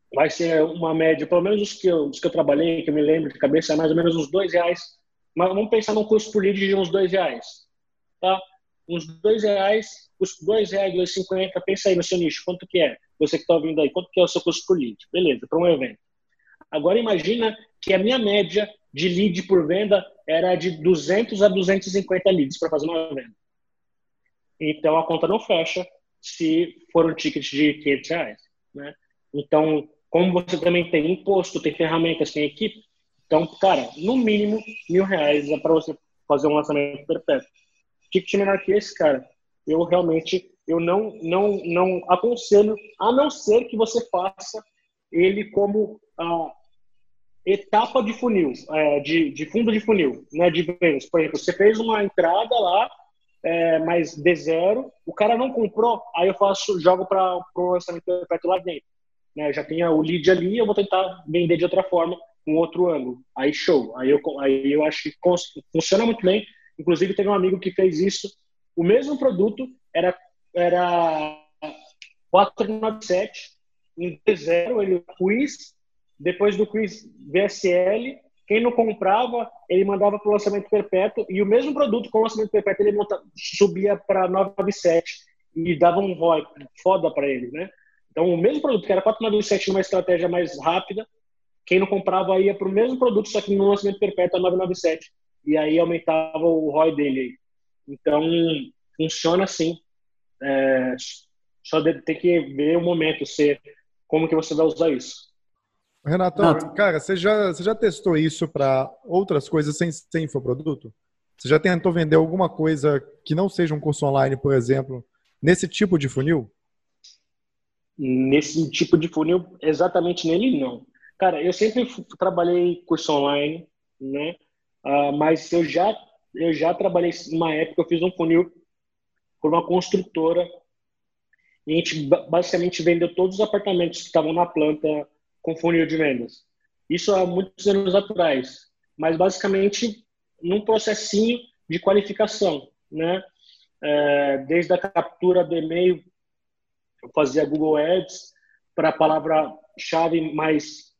vai ser uma média, pelo menos os que eu, os que eu trabalhei, que eu me lembro de cabeça, é mais ou menos uns dois reais. Mas vamos pensar num custo por lead de uns dois reais, tá? Uns dois reais, custo dois reais, dois e cinquenta, pensa aí no seu nicho, quanto que é? Você que está ouvindo aí, quanto que é o seu custo por lead? Beleza, para um evento. Agora imagina que a minha média de lead por venda era de duzentos a duzentos e cinquenta leads para fazer uma venda. Então a conta não fecha se for um ticket de quinhentos reais, né? Então, como você também tem imposto, tem ferramentas, tem equipe, então, cara, no mínimo mil reais é para você fazer um lançamento perpétuo. Ticket menor que esse, cara, eu realmente eu não, não, não aconselho, a não ser que você faça ele como ah, etapa de funil, é, de, de fundo de funil, né, de vendas. Por exemplo, você fez uma entrada lá, é, mas D zero, o cara não comprou, aí eu faço, jogo para o lançamento perpétuo lá dentro. Né, já tenho o lead ali, eu vou tentar vender de outra forma, com outro ângulo. Aí show. Aí eu, aí eu acho que funciona muito bem. Inclusive, teve um amigo que fez isso. O mesmo produto era, era quatrocentos e noventa e sete. Em D zero, ele quiz. Depois do quiz V S L, quem não comprava, ele mandava para o lançamento perpétuo. E o mesmo produto com o lançamento perpétuo, ele monta, subia para novecentos e noventa e sete. E dava um R O I foda para ele, né? Então, o mesmo produto, que era quatrocentos e noventa e sete numa estratégia mais rápida, quem não comprava ia para o mesmo produto, só que no lançamento perpétuo a novecentos e noventa e sete. E aí aumentava o R O I dele. Então, funciona assim. É, só tem que ver o momento, ser, como que você vai usar isso. Renatão, Renato, cara, você já, você já testou isso para outras coisas sem ser infoproduto? Você já tentou vender alguma coisa que não seja um curso online, por exemplo, nesse tipo de funil? Nesse tipo de funil, exatamente nele, não. Cara, eu sempre trabalhei curso online, né? Uh, mas eu já, eu já trabalhei, numa época, eu fiz um funil por uma construtora e a gente basicamente vendeu todos os apartamentos que estavam na planta com funil de vendas. Isso há muitos anos atrás, mas basicamente num processinho de qualificação, né? É, desde a captura do e-mail, eu fazia Google Ads para a palavra-chave mais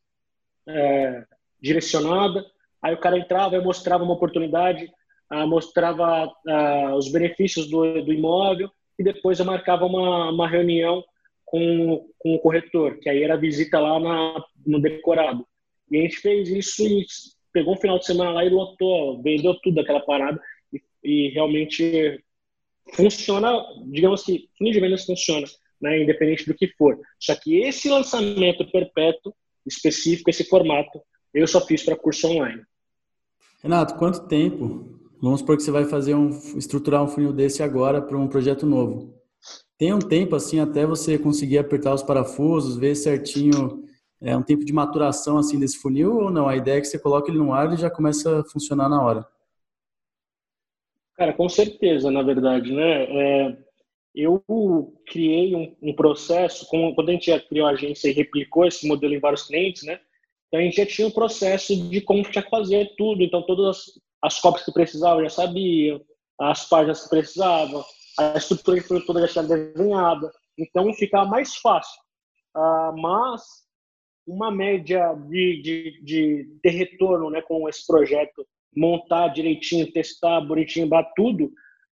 é, direcionada. Aí o cara entrava e mostrava uma oportunidade, uh, mostrava uh, os benefícios do, do imóvel e depois eu marcava uma, uma reunião com, com o corretor, que aí era visita lá na, no decorado. E a gente fez isso e pegou um final de semana lá e lotou, vendeu tudo aquela parada e, e realmente funciona, digamos que funil de vendas funciona, né, independente do que for. Só que esse lançamento perpétuo específico, esse formato, eu só fiz para curso online. Renato, quanto tempo? Vamos supor que você vai fazer um, estruturar um funil desse agora para um projeto novo. Tem um tempo assim até você conseguir apertar os parafusos, ver certinho, é um tempo de maturação assim desse funil ou não? A ideia é que você coloque ele no ar e já começa a funcionar na hora. Cara, com certeza, na verdade, né? É, eu criei um, um processo, com, quando a gente já criou a agência e replicou esse modelo em vários clientes, né? Então a gente já tinha um processo de como tinha que fazer tudo. Então todas as, as cópias que precisavam já sabia, as páginas que precisavam, a estrutura de produto toda já estava desenhada. Então ficava mais fácil. Uh, mas uma média de, de, de ter retorno, né, com esse projeto, montar direitinho, testar bonitinho, dar tudo,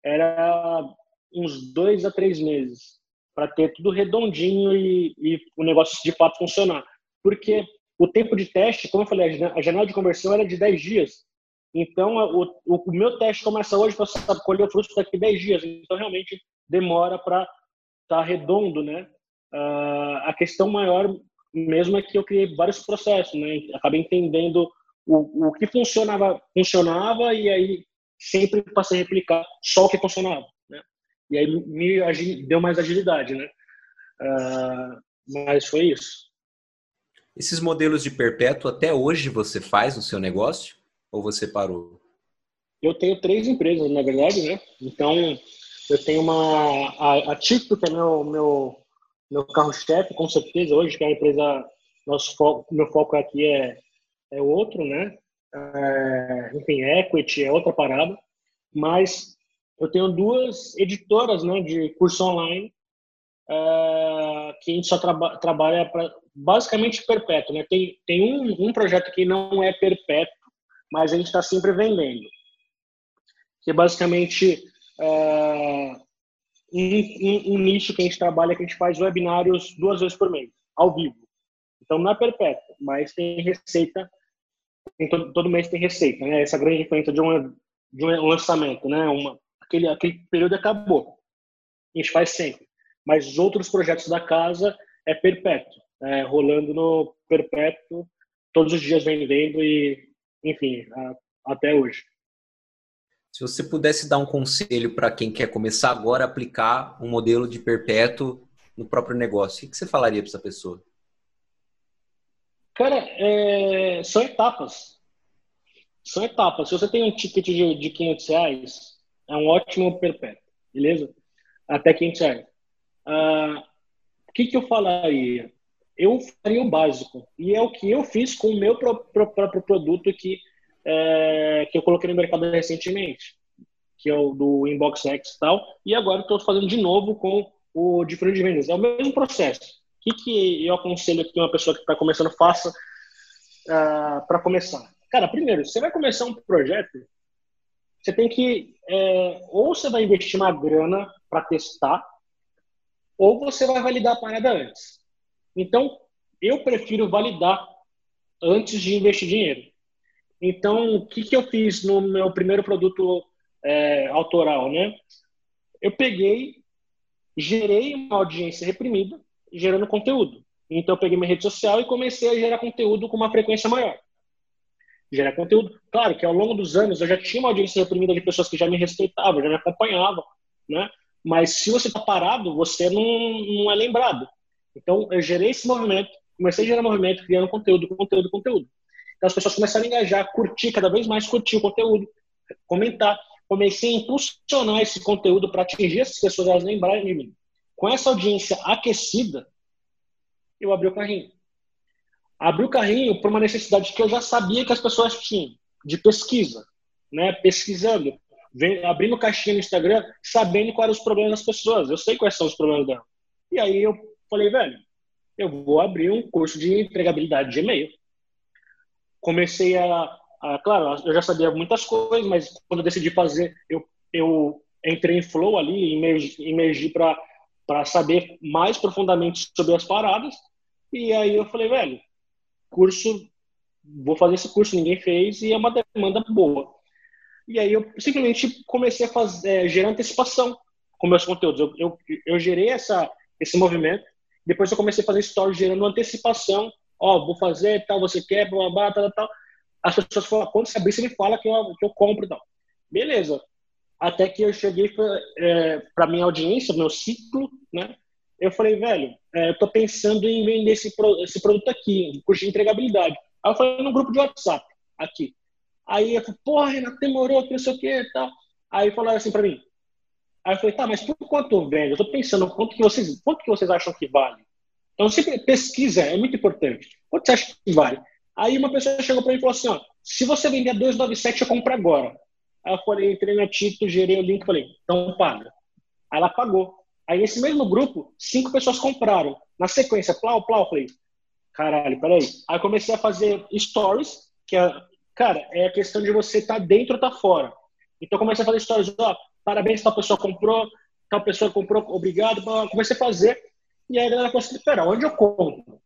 era uns dois a três meses para ter tudo redondinho e, e o negócio de fato funcionar. Porque o tempo de teste, como eu falei, a janela de conversão era de dez dias. Então, o, o meu teste começa hoje para você colher o fruto daqui a dez dias. Então, realmente, demora para estar tá redondo, né? Uh, a questão maior mesmo é que eu criei vários processos, né? Acabei entendendo o, o que funcionava, funcionava e aí sempre passei a replicar só o que funcionava, né? E aí me deu mais agilidade, né? Uh, mas foi isso. Esses modelos de perpétuo, até hoje você faz no seu negócio? Ou você parou? Eu tenho três empresas, na verdade, né? Então, eu tenho uma... A, a Tico, que é meu, meu, meu carro-chefe, com certeza, hoje, que é a empresa... Nosso foco, meu foco aqui é, é outro, né? É, enfim, equity é outra parada. Mas eu tenho duas editoras, né, de curso online, uh, que a gente só traba, trabalha para basicamente perpétuo, né? Tem, tem um, um projeto que não é perpétuo, mas a gente está sempre vendendo. Que é basicamente uh, um, um, um nicho que a gente trabalha, que a gente faz webinários duas vezes por mês, ao vivo. Então não é perpétuo, mas tem receita, tem todo, todo mês tem receita, né? Essa grande diferença de, uma, de um lançamento, né? Uma, aquele, aquele período acabou. A gente faz sempre. Mas os outros projetos da casa é perpétuo, é, rolando no perpétuo, todos os dias vendendo e, enfim, a, até hoje. Se você pudesse dar um conselho para quem quer começar agora a aplicar um modelo de perpétuo no próprio negócio, o que você falaria para essa pessoa? Cara, é, são etapas. São etapas. Se você tem um ticket de, de quinhentos reais, é um ótimo perpétuo, beleza? Até quinhentos reais. Ah, o que, que eu falaria? Eu faria o básico. E é o que eu fiz com o meu próprio, próprio produto que, é, que eu coloquei no mercado recentemente, que é o do Inbox X e tal. E agora estou fazendo de novo com o de funil de vendas. É o mesmo processo. O que, que eu aconselho que uma pessoa que está começando faça uh, para começar? Cara, primeiro, você vai começar um projeto, você tem que... É, ou você vai investir uma grana para testar, ou você vai validar a parada antes. Então, eu prefiro validar antes de investir dinheiro. Então, o que, que eu fiz no meu primeiro produto é, autoral, né? Eu peguei, gerei uma audiência reprimida, gerando conteúdo. Então, eu peguei minha rede social e comecei a gerar conteúdo com uma frequência maior. Gerar conteúdo. Claro que ao longo dos anos eu já tinha uma audiência reprimida de pessoas que já me respeitavam, já me acompanhavam, né? Mas se você está parado, você não, não é lembrado. Então, eu gerei esse movimento, comecei a gerar movimento, criando conteúdo, conteúdo, conteúdo. Então, as pessoas começaram a engajar, curtir, cada vez mais curtir o conteúdo, comentar. Comecei a impulsionar esse conteúdo para atingir essas pessoas, elas lembrarem de mim. Com essa audiência aquecida, eu abri o carrinho. Abri o carrinho por uma necessidade que eu já sabia que as pessoas tinham, de pesquisa, né? Pesquisando, abrindo caixinha no Instagram, sabendo quais eram os problemas das pessoas. Eu sei quais são os problemas dela. E aí eu falei, velho, eu vou abrir um curso de entregabilidade de e-mail. Comecei a, a... Claro, eu já sabia muitas coisas, mas quando eu decidi fazer, eu, eu entrei em flow ali, emergi, emergi para saber mais profundamente sobre as paradas. E aí eu falei, velho, curso, vou fazer esse curso, ninguém fez, e é uma demanda boa. E aí eu simplesmente comecei a fazer, é, gerar antecipação com meus conteúdos. Eu, eu, eu gerei essa, esse movimento, depois eu comecei a fazer stories gerando antecipação. Ó, vou fazer, tal, você quer, blá, blá, tal, tal. As pessoas falam, quando você abrir, você me fala que eu, que eu compro e tal. Beleza. Até que eu cheguei é, para minha audiência, meu ciclo, né? Eu falei, velho, é, eu tô pensando em vender esse, pro, esse produto aqui, um curso de entregabilidade. Aí eu falei no grupo de WhatsApp, aqui. Aí eu falei, porra, Renato, demorou, que não sei o que e tal. Aí falaram assim pra mim. Aí eu falei, tá, mas por quanto eu vendo? Eu tô pensando, quanto que vocês, quanto que vocês acham que vale? Então, sempre pesquisa, é muito importante. Quanto você acha que vale? Aí uma pessoa chegou pra mim e falou assim, ó, se você vender a duzentos e noventa e sete, eu compro agora. Aí eu falei, entrei no título, gerei o link e falei, então paga. Aí ela pagou. Aí nesse mesmo grupo, cinco pessoas compraram. Na sequência, plau, plau, eu falei, caralho, peraí. Aí eu comecei a fazer stories, que é, cara, é a questão de você estar tá dentro ou tá fora. Então eu comecei a fazer stories, ó, parabéns, tal pessoa comprou, tal pessoa comprou, obrigado. Comecei a fazer, e aí a galera falou assim, pera, onde eu compro?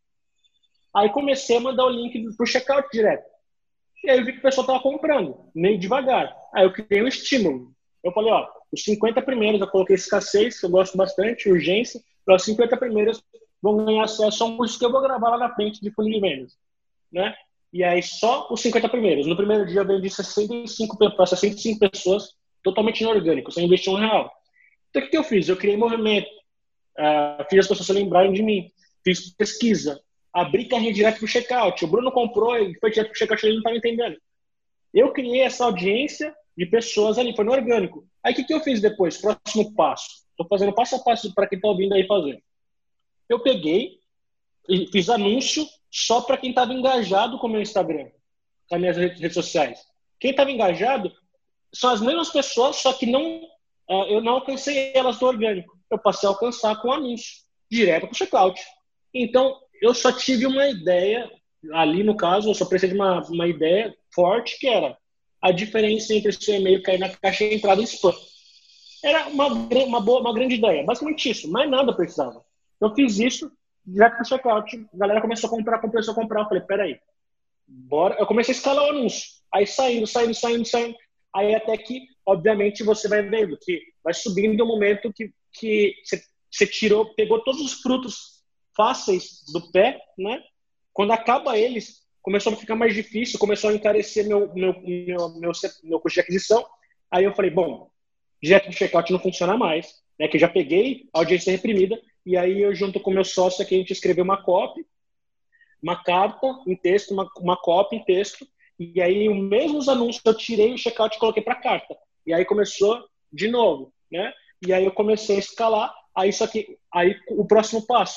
Aí comecei a mandar o link pro checkout direto. E aí eu vi que o pessoal tava comprando, meio devagar. Aí eu criei um estímulo. Eu falei, ó, os cinquenta primeiros, eu coloquei escassez, que eu gosto bastante, urgência, para os cinquenta primeiros vão ganhar acesso a um curso que eu vou gravar lá na frente de funil de vendas, né? E aí só os cinquenta primeiros. No primeiro dia eu vendi sessenta e cinco para sessenta e cinco pessoas, totalmente inorgânico, sem investir um real. Então o que eu fiz? Eu criei movimento, uh, fiz as pessoas se lembrarem de mim, fiz pesquisa, abri carrinho direto pro checkout. O Bruno comprou e foi direto pro checkout, ele não estava entendendo. Eu criei essa audiência de pessoas ali, foi no orgânico. Aí o que, que eu fiz depois? Próximo passo. Estou fazendo passo a passo para quem está ouvindo aí fazer. Eu peguei e fiz anúncio só para quem estava engajado com o meu Instagram, com as minhas redes sociais. Quem estava engajado são as mesmas pessoas, só que não, uh, eu não alcancei elas do orgânico. Eu passei a alcançar com anúncio. direto para o checkout. Então, eu só tive uma ideia, ali no caso, eu só precisei de uma, uma ideia forte, que era a diferença entre o seu e-mail cair na caixa de entrada e spam. Era uma, uma, boa, uma grande ideia, basicamente isso, mais nada precisava. Eu fiz isso, direto para o checkout, a galera começou a comprar, começou a comprar, eu falei, peraí, bora. Eu comecei a escalar o anúncio, aí saindo, saindo, saindo, saindo, aí até que, obviamente, você vai vendo que vai subindo no momento que, que você, você tirou, pegou todos os frutos fáceis do pé, né? Quando acaba eles, começou a ficar mais difícil, começou a encarecer meu, meu, meu, meu, meu custo de aquisição, aí eu falei, bom, direto do checkout não funciona mais, né? Que eu já peguei a audiência reprimida, e aí eu junto com o meu sócio aqui, a gente escreveu uma copy, uma carta em texto, uma, uma copy em texto, e aí os mesmos anúncios eu tirei o checkout e coloquei para carta. E aí começou de novo, né? E aí eu comecei a escalar, aí só que aí o próximo passo,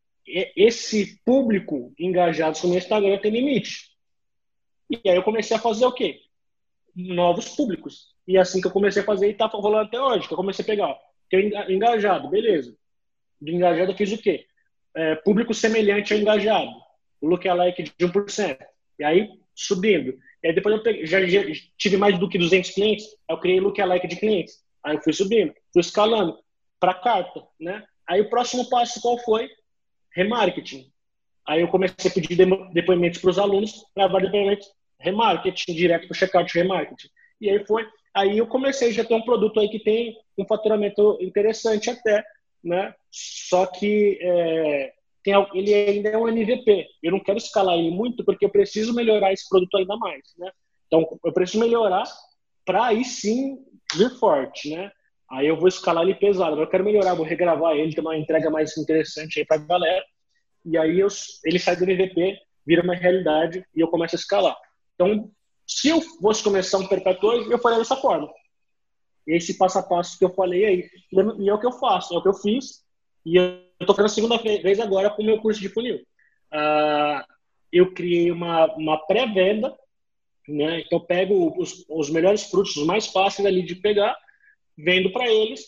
esse público engajado no meu Instagram tem limite. E aí eu comecei a fazer o quê? Novos públicos. E assim que eu comecei a fazer, e tá rolando até hoje, que eu comecei a pegar, ó, engajado, beleza. De engajado eu fiz o quê? É, público semelhante ao engajado. O lookalike de um por cento. E aí, subindo. E aí depois eu peguei, já, já tive mais do que duzentos clientes, aí eu criei lookalike de clientes. Aí eu fui subindo, fui escalando para carta, né? Aí o próximo passo qual foi? Remarketing. Aí eu comecei a pedir depoimentos para os alunos, gravar depoimentos, remarketing, direto para o checkout de remarketing. E aí foi, aí eu comecei já a ter um produto aí que tem um faturamento interessante até, né? Só que é, tem, ele ainda é um M V P. Eu não quero escalar ele muito porque eu preciso melhorar esse produto ainda mais, né? Então eu preciso melhorar para aí sim vir forte, né? Aí eu vou escalar ele pesado, mas eu quero melhorar, vou regravar ele, ter uma entrega mais interessante aí para a galera. E aí eu, ele sai do M V P, vira uma realidade e eu começo a escalar. Então, se eu fosse começar um perpétuo, eu faria dessa forma. Esse passo a passo que eu falei aí, e é o que eu faço, é o que eu fiz, e eu estou fazendo a segunda vez agora com o meu curso de funil. Uh, eu criei uma, uma pré-venda, né? Então eu pego os, os melhores frutos, os mais fáceis ali de pegar, vendo para eles,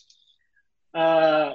uh,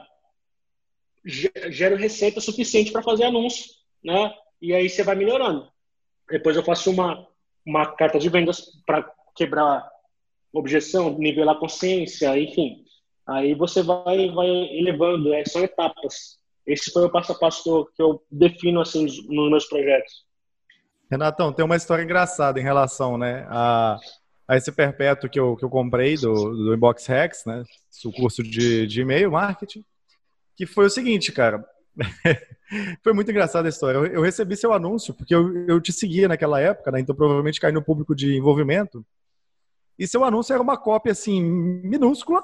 gero receita suficiente para fazer anúncio, né? E aí você vai melhorando. Depois eu faço uma, uma carta de vendas para quebrar objeção, nivelar consciência, enfim. Aí você vai, vai elevando, é, são etapas. Esse foi o passo a passo que eu, que eu defino assim, nos meus projetos. Renatão, tem uma história engraçada em relação, né, a, a esse perpétuo que eu, que eu comprei do, do Inbox Hacks, né, o curso de, de e-mail marketing, que foi o seguinte, cara. Foi muito engraçada a história. Eu, eu recebi seu anúncio, porque eu, eu te seguia naquela época, né, então provavelmente caiu no público de envolvimento. E seu anúncio era uma cópia, assim, minúscula.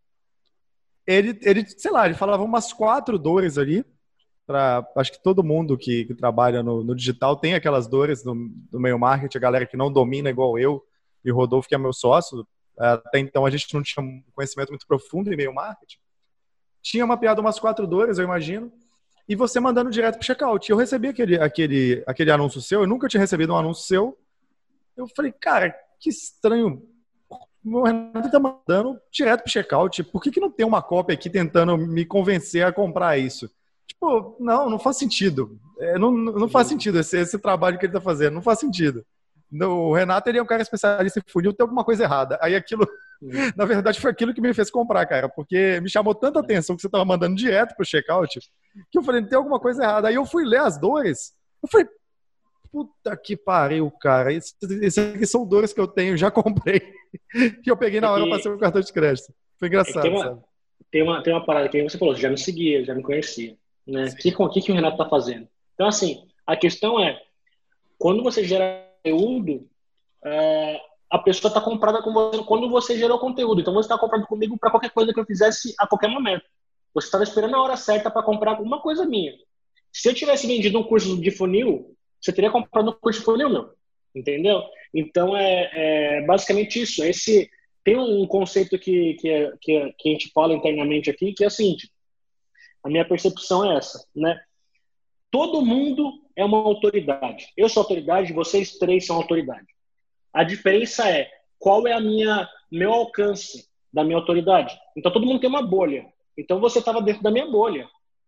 Ele, ele sei lá, ele falava umas quatro dores ali. Pra, acho que todo mundo que, que trabalha no, no digital tem aquelas dores no, no meio marketing, a galera que não domina igual eu e o Rodolfo, que é meu sócio. Até então a gente não tinha um conhecimento muito profundo em meio marketing. Tinha mapeado umas quatro dores, eu imagino. E você mandando direto pro checkout. Eu recebi aquele, aquele, aquele anúncio seu, eu nunca tinha recebido um anúncio seu. Eu falei, cara, que estranho. O Renato tá mandando direto pro checkout. Por que que não tem uma cópia aqui tentando me convencer a comprar isso? Tipo, não, não faz sentido. É, não, não faz sentido esse, esse trabalho que ele tá fazendo. Não faz sentido. O Renato, ele é um cara especialista em funil, tem alguma coisa errada. Aí aquilo, na verdade, foi aquilo que me fez comprar, cara. Porque me chamou tanta atenção que você tava mandando direto pro checkout, que eu falei, tem alguma coisa errada. Aí eu fui ler as dores. Eu falei, puta que pariu, cara. Esses esse aqui são dores que eu tenho, já comprei. E eu peguei na hora, é passei o cartão de crédito. Foi engraçado, é tem, uma, sabe? Tem, uma, tem uma parada que você falou, já me seguia, já me conhecia. Né? O que, que, que o Renato tá fazendo? Então, assim, a questão é, quando você gera conteúdo, é, a pessoa está comprada com você quando você gerou conteúdo. Então, você está comprando comigo para qualquer coisa que eu fizesse a qualquer momento. Você estava esperando a hora certa para comprar alguma coisa minha. Se eu tivesse vendido um curso de funil, você teria comprado um curso de funil, meu. Entendeu? Então, é, é basicamente isso. Esse, tem um conceito que, que, é, que, é, que a gente fala internamente aqui, que é o seguinte, a minha percepção é essa, né? Todo mundo é uma autoridade. Eu sou autoridade, vocês três são autoridade. A diferença é qual é a minha meu alcance da minha autoridade. Então, todo mundo tem uma bolha. Então, você estava dentro da minha bolha.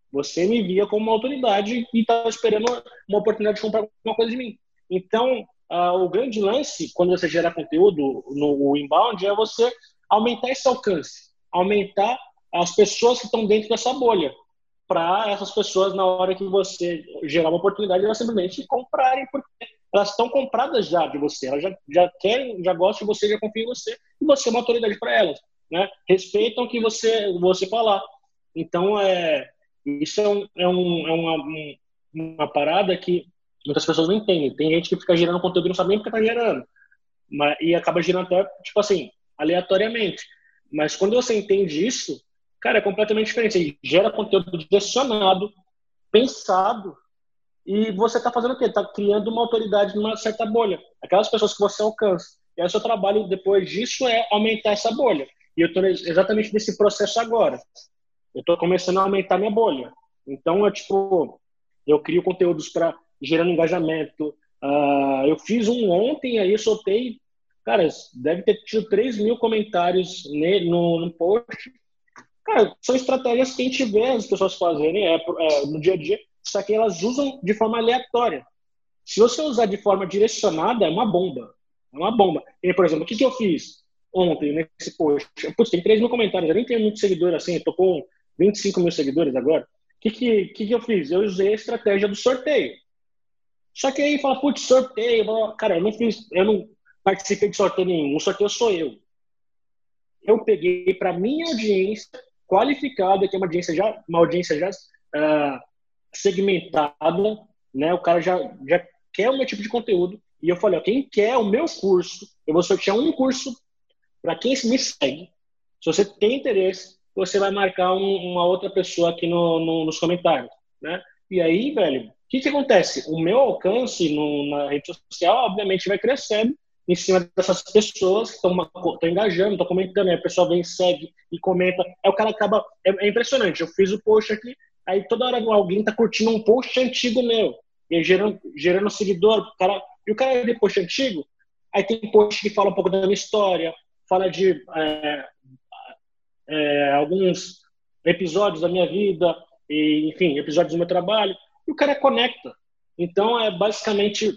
Você me via como uma autoridade e estava esperando uma oportunidade de comprar alguma coisa de mim. Então, uh, o grande lance, quando você gera conteúdo no inbound, é você aumentar esse alcance, aumentar as pessoas que estão dentro dessa bolha, para essas pessoas, na hora que você gerar uma oportunidade, elas simplesmente comprarem, porque elas estão compradas já de você, elas já, já querem, já gostam de você, já confiam em você, e você é uma autoridade para elas, né? Respeitam o que você, você falar. Então, é, isso é, um, é, um, é uma, um, uma parada que muitas pessoas não entendem. Tem gente que fica gerando conteúdo e não sabe nem porque está gerando, mas, e acaba gerando até, tipo assim, aleatoriamente. Mas quando você entende isso, cara, é completamente diferente. Você gera conteúdo direcionado, pensado, e você está fazendo o quê? Está criando uma autoridade numa certa bolha. Aquelas pessoas que você alcança. E aí o seu trabalho depois disso é aumentar essa bolha. E eu estou exatamente nesse processo agora. Eu estou começando a aumentar minha bolha. Então, é tipo, eu crio conteúdos para gerando engajamento. Uh, eu fiz um ontem, aí eu soltei, cara, deve ter tido três mil comentários no, no post. Cara, são estratégias que a gente vê as pessoas fazerem é, é, no dia a dia, só que elas usam de forma aleatória. Se você usar de forma direcionada, é uma bomba. É uma bomba. E, por exemplo, o que, que eu fiz ontem nesse post? Putz, tem três mil comentários, eu nem tenho muito seguidor assim, eu tô com vinte e cinco mil seguidores agora. O que, que, que, que eu fiz? Eu usei a estratégia do sorteio. Só que aí fala, putz, sorteio. Cara, eu não fiz, eu não participei de sorteio nenhum. O sorteio sou eu. Eu peguei para minha audiência qualificada, que é uma audiência já, uma audiência já uh, segmentada, né? O cara já, já quer o meu tipo de conteúdo. E eu falei, ó, quem quer o meu curso, eu vou sortear um curso para quem me segue. Se você tem interesse, você vai marcar um, uma outra pessoa aqui no, no, nos comentários, né? E aí, velho, o que que acontece? O meu alcance no, na rede social, obviamente, vai crescendo em cima dessas pessoas que estão engajando, estão comentando, aí a pessoa vem, segue e comenta. Aí o cara acaba... É, é impressionante. Eu fiz o post aqui, aí toda hora alguém tá curtindo um post antigo meu, e aí gerando, gerando seguidor. O cara, e o cara vê post antigo, aí tem post que fala um pouco da minha história, fala de é, é, alguns episódios da minha vida, e, enfim, episódios do meu trabalho, e o cara conecta. Então, é basicamente...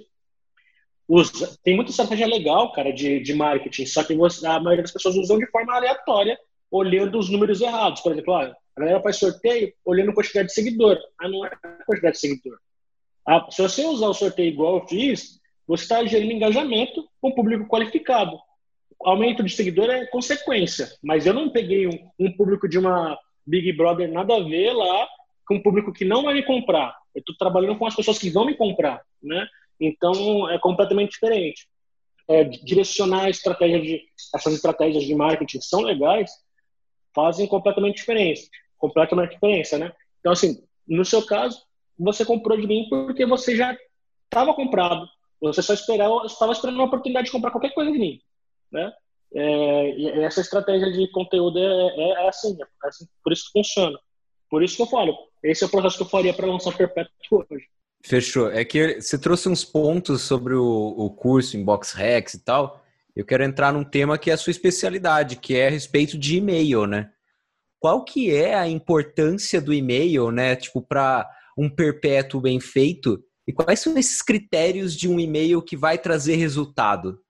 Usa. Tem muita estratégia legal, cara, de, de marketing, só que você, a maioria das pessoas usam de forma aleatória, olhando os números errados. Por exemplo, ah, a galera faz sorteio olhando a quantidade de seguidor. Ah, não é a quantidade de seguidor. Ah, se você usar o sorteio igual eu fiz, você está gerando engajamento com público qualificado. Aumento de seguidor é consequência, mas eu não peguei um, um público de uma Big Brother nada a ver lá com um público que não vai me comprar. Eu estou trabalhando com as pessoas que vão me comprar, né? Então, é completamente diferente. É, direcionar a estratégia de... Essas estratégias de marketing são legais, fazem completamente diferença. Completamente diferença, né? Então, assim, no seu caso, você comprou de mim porque você já estava comprado. Você só esperava, estava esperando uma oportunidade de comprar qualquer coisa de mim, né? É, e essa estratégia de conteúdo é, é, é, assim, é assim, por isso que funciona. Por isso que eu falo, esse é o processo que eu faria para lançar o Perpétuo hoje. Fechou. É que você trouxe uns pontos sobre o, o curso Inbox Hacks e tal. Eu quero entrar num tema que é a sua especialidade, que é a respeito de e-mail, né? Qual que é a importância do e-mail, né? Tipo, para um perpétuo bem feito? E quais são esses critérios de um e-mail que vai trazer resultado?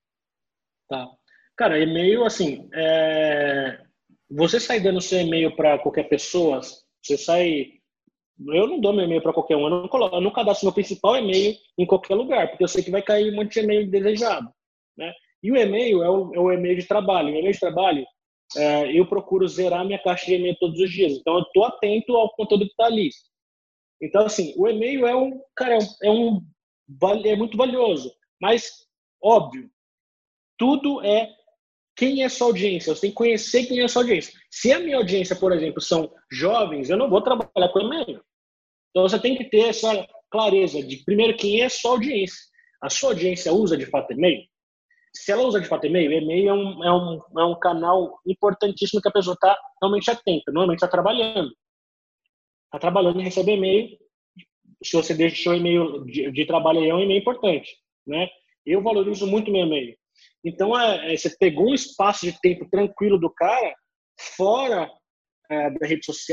Tá. Cara, e-mail, assim, é... você sai dando seu e-mail para qualquer pessoa, você sai... Eu não dou meu e-mail para qualquer um, eu não, coloco, eu não cadastro meu principal e-mail em qualquer lugar, porque eu sei que vai cair um monte de e-mail desejado, né? E o e-mail é o, é o e-mail de trabalho. O e-mail de trabalho, é, eu procuro zerar minha caixa de e-mail todos os dias, então eu estou atento ao conteúdo que está ali. Então, assim, o e-mail é um, cara, é um, é muito valioso, mas, óbvio, tudo é quem é sua audiência. Você tem que conhecer quem é sua audiência. Se a minha audiência, por exemplo, são jovens, eu não vou trabalhar com e-mail. Então, você tem que ter essa clareza de, primeiro, quem é a sua audiência. A sua audiência usa, de fato, e-mail? Se ela usa, de fato, e-mail, e-mail é um, é um, é um canal importantíssimo que a pessoa está realmente atenta, normalmente está trabalhando. Está trabalhando e recebe e-mail. Se você deixa o e-mail de, de trabalho aí, é um e-mail importante, né? Eu valorizo muito meu e-mail. Então, é, é, você pegou um espaço de tempo tranquilo do cara, fora é, da rede social,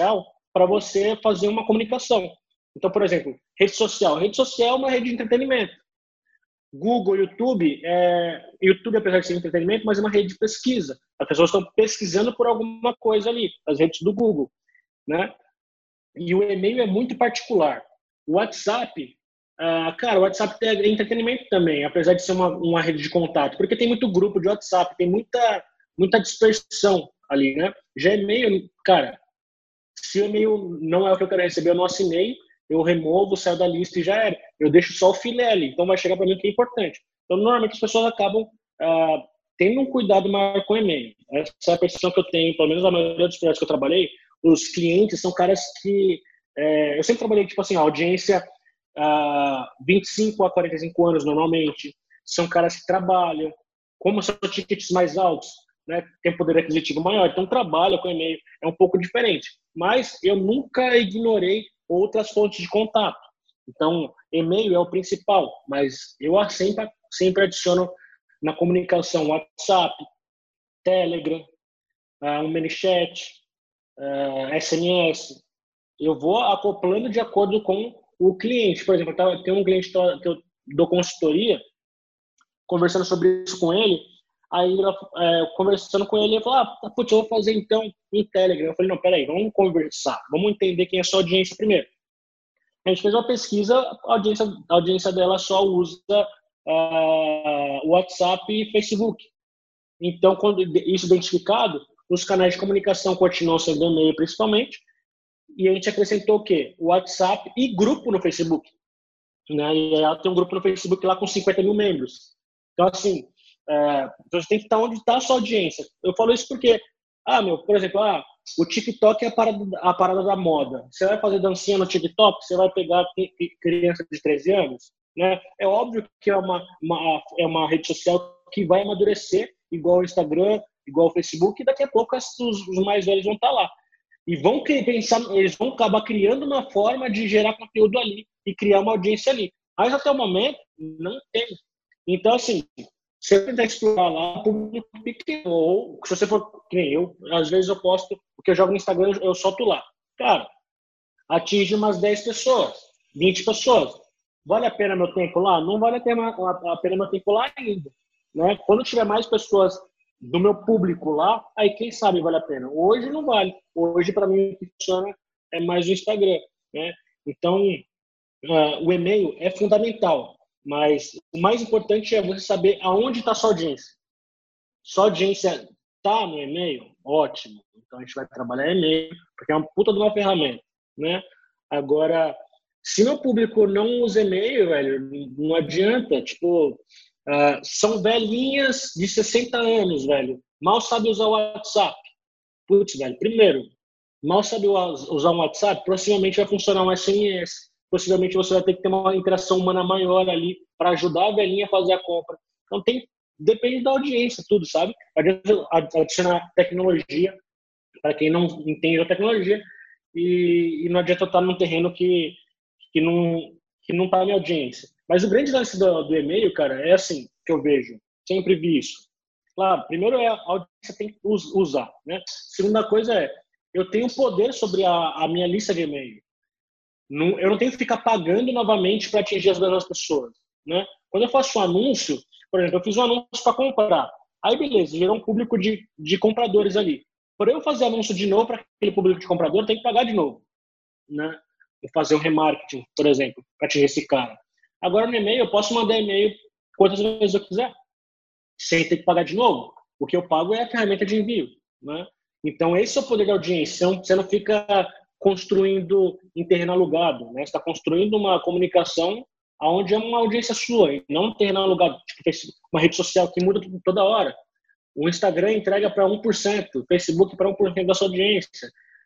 para você fazer uma comunicação. Então, por exemplo, rede social. Rede social é uma rede de entretenimento. Google, YouTube, é, YouTube apesar de ser entretenimento, mas é uma rede de pesquisa. As pessoas estão pesquisando por alguma coisa ali, as redes do Google, né? E o e-mail é muito particular. O WhatsApp, ah, cara, o WhatsApp é entretenimento também, apesar de ser uma, uma rede de contato, porque tem muito grupo de WhatsApp, tem muita, muita dispersão ali, né? Já e-mail, cara, se o e-mail não é o que eu quero receber, eu não assinei, eu removo, saio da lista e já era. Eu deixo só o filé ali, então vai chegar para mim o que é importante. Então, normalmente as pessoas acabam ah, tendo um cuidado maior com o e-mail. Essa é a percepção que eu tenho, pelo menos a maioria dos projetos que eu trabalhei, os clientes são caras que... É, eu sempre trabalhei, tipo assim, a audiência ah, vinte e cinco a quarenta e cinco anos, normalmente, são caras que trabalham, como são tickets mais altos, né, tem poder aquisitivo maior, então trabalha com e-mail, é um pouco diferente. Mas eu nunca ignorei outras fontes de contato. Então, e-mail é o principal, mas eu sempre, sempre adiciono na comunicação WhatsApp, Telegram, uh, um ManyChat, uh, S M S. Eu vou acoplando de acordo com o cliente. Por exemplo, eu tenho um cliente que eu dou consultoria, conversando sobre isso com ele, aí é, conversando com ele, ele falou, ah, putz, eu vou fazer então em Telegram. Eu falei, não, peraí, vamos conversar, vamos entender quem é a sua audiência primeiro. A gente fez uma pesquisa, a audiência, a audiência dela só usa uh, WhatsApp e Facebook. Então, quando isso identificado, os canais de comunicação continuam sendo e-mail principalmente, e a gente acrescentou o quê? O WhatsApp e grupo no Facebook. Né? E ela tem um grupo no Facebook lá com cinquenta mil membros. Então, assim, é, você tem que estar onde está a sua audiência. Eu falo isso porque, ah, meu, por exemplo, ah, o TikTok é a parada, a parada da moda. Você vai fazer dancinha no TikTok, você vai pegar criança de treze anos, né? É óbvio que é uma, uma, é uma rede social que vai amadurecer, igual o Instagram, igual o Facebook, e daqui a pouco os, os mais velhos vão estar lá. E vão pensar, eles vão acabar criando uma forma de gerar conteúdo ali e criar uma audiência ali. Mas até o momento, não tem. Então, assim, você tentar explorar lá público pequeno, ou se você for, que nem eu, às vezes eu posto, o que eu jogo no Instagram, eu solto lá. Cara, atinge umas dez pessoas, vinte pessoas. Vale a pena meu tempo lá? Não vale a pena, a pena meu tempo lá ainda. Né? Quando tiver mais pessoas do meu público lá, aí quem sabe vale a pena. Hoje não vale. Hoje, para mim, o que funciona é mais o Instagram. Né? Então, uh, o e-mail é fundamental. Mas o mais importante é você saber aonde está a sua audiência. Sua audiência está no e-mail? Ótimo. Então a gente vai trabalhar e-mail, porque é uma puta de uma ferramenta, né? Agora, se meu público não usa e-mail, velho, não adianta. Tipo, uh, são velhinhas de sessenta anos, velho. Mal sabe usar o WhatsApp. Putz, velho, primeiro, mal sabe usar um WhatsApp, provavelmente vai funcionar um S M S. Possivelmente você vai ter que ter uma interação humana maior ali para ajudar a velhinha a fazer a compra. Então, tem, depende da audiência, tudo, sabe? Adicionar tecnologia para quem não entende a tecnologia e, e não adianta eu estar num terreno que, que não que não está a minha audiência. Mas o grande lance do, do e-mail, cara, é assim que eu vejo. Sempre vi isso. Claro, primeiro é a audiência tem que usar, né? Segunda coisa é, eu tenho poder sobre a, a minha lista de e-mail. Não, eu não tenho que ficar pagando novamente para atingir as mesmas pessoas, né? Quando eu faço um anúncio, por exemplo, eu fiz um anúncio para comprar, aí beleza, gerou um público de, de compradores ali. Para eu fazer anúncio de novo para aquele público de comprador, eu tenho que pagar de novo, né? Vou fazer um remarketing, por exemplo, para atingir esse cara. Agora no e-mail, eu posso mandar e-mail quantas vezes eu quiser, sem ter que pagar de novo. O que eu pago é a ferramenta de envio, né? Então esse é o poder da audiência. Você não fica construindo em terreno alugado, né? Você está construindo uma comunicação onde é uma audiência sua, e não um terreno alugado, tipo uma rede social que muda toda hora. O Instagram entrega para um por cento, o Facebook para um por cento da sua audiência.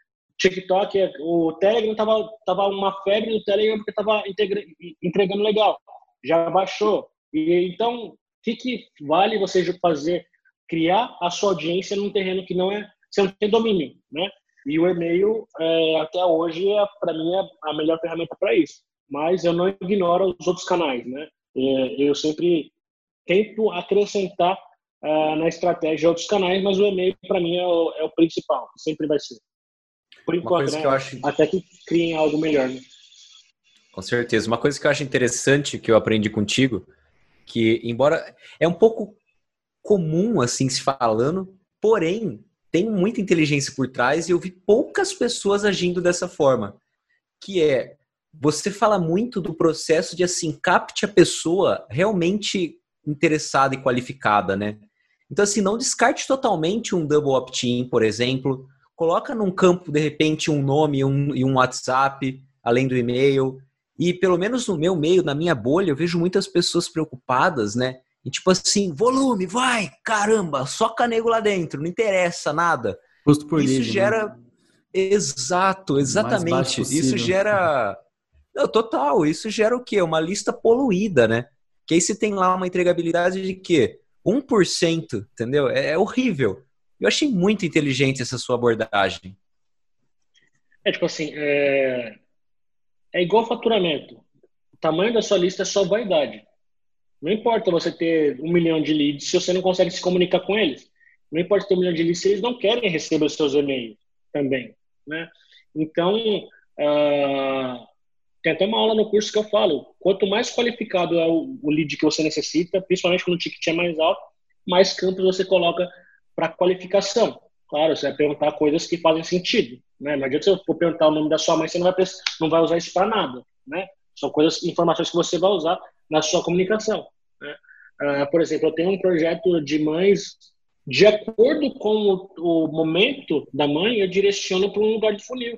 TikTok, o Telegram estava tava uma febre do Telegram porque estava entregando legal, já baixou. E então, o que, que vale você fazer? Criar a sua audiência num terreno que não é, você não tem domínio, né? E o e-mail, é, até hoje, é, para mim, é a melhor ferramenta para isso. Mas eu não ignoro os outros canais, né? É, eu sempre tento acrescentar é, na estratégia outros canais, mas o e-mail, para mim, é o, é o principal. Sempre vai ser. Por Uma enquanto, coisa né? que eu acho... Até que criem algo melhor, né? Com certeza. Uma coisa que eu acho interessante que eu aprendi contigo, que embora é um pouco comum assim se falando, porém tem muita inteligência por trás e eu vi poucas pessoas agindo dessa forma, que é você fala muito do processo de assim, capte a pessoa realmente interessada e qualificada, né? Então assim, não descarte totalmente um double opt-in, por exemplo, coloca num campo de repente um nome um, e um WhatsApp, além do e-mail. E pelo menos no meu meio, na minha bolha, eu vejo muitas pessoas preocupadas, né? E tipo assim, volume, vai, caramba, só canego lá dentro, não interessa nada. Custo por Isso lead, né? gera... Exato, O mais baixo exatamente. Isso possível. gera... Não, total, isso gera o quê? Uma lista poluída, né? Que aí você tem lá uma entregabilidade de quê? um por cento, entendeu? É, é horrível. Eu achei muito inteligente essa sua abordagem. É tipo assim, é, é igual faturamento. O tamanho da sua lista é só vaidade. Não importa você ter um milhão de leads se você não consegue se comunicar com eles. Não importa ter um milhão de leads se eles não querem receber os seus e-mails também, né? Então, uh, tem até uma aula no curso que eu falo, quanto mais qualificado é o, o lead que você necessita, principalmente quando o ticket é mais alto, mais campos você coloca para qualificação. Claro, você vai perguntar coisas que fazem sentido, né? Não adianta você for perguntar o nome da sua mãe, você não vai, não vai usar isso para nada, né? São coisas, informações que você vai usar na sua comunicação, né? Uh, por exemplo, eu tenho um projeto de mães, de acordo com o, o momento da mãe, eu direciono para um lugar de funil.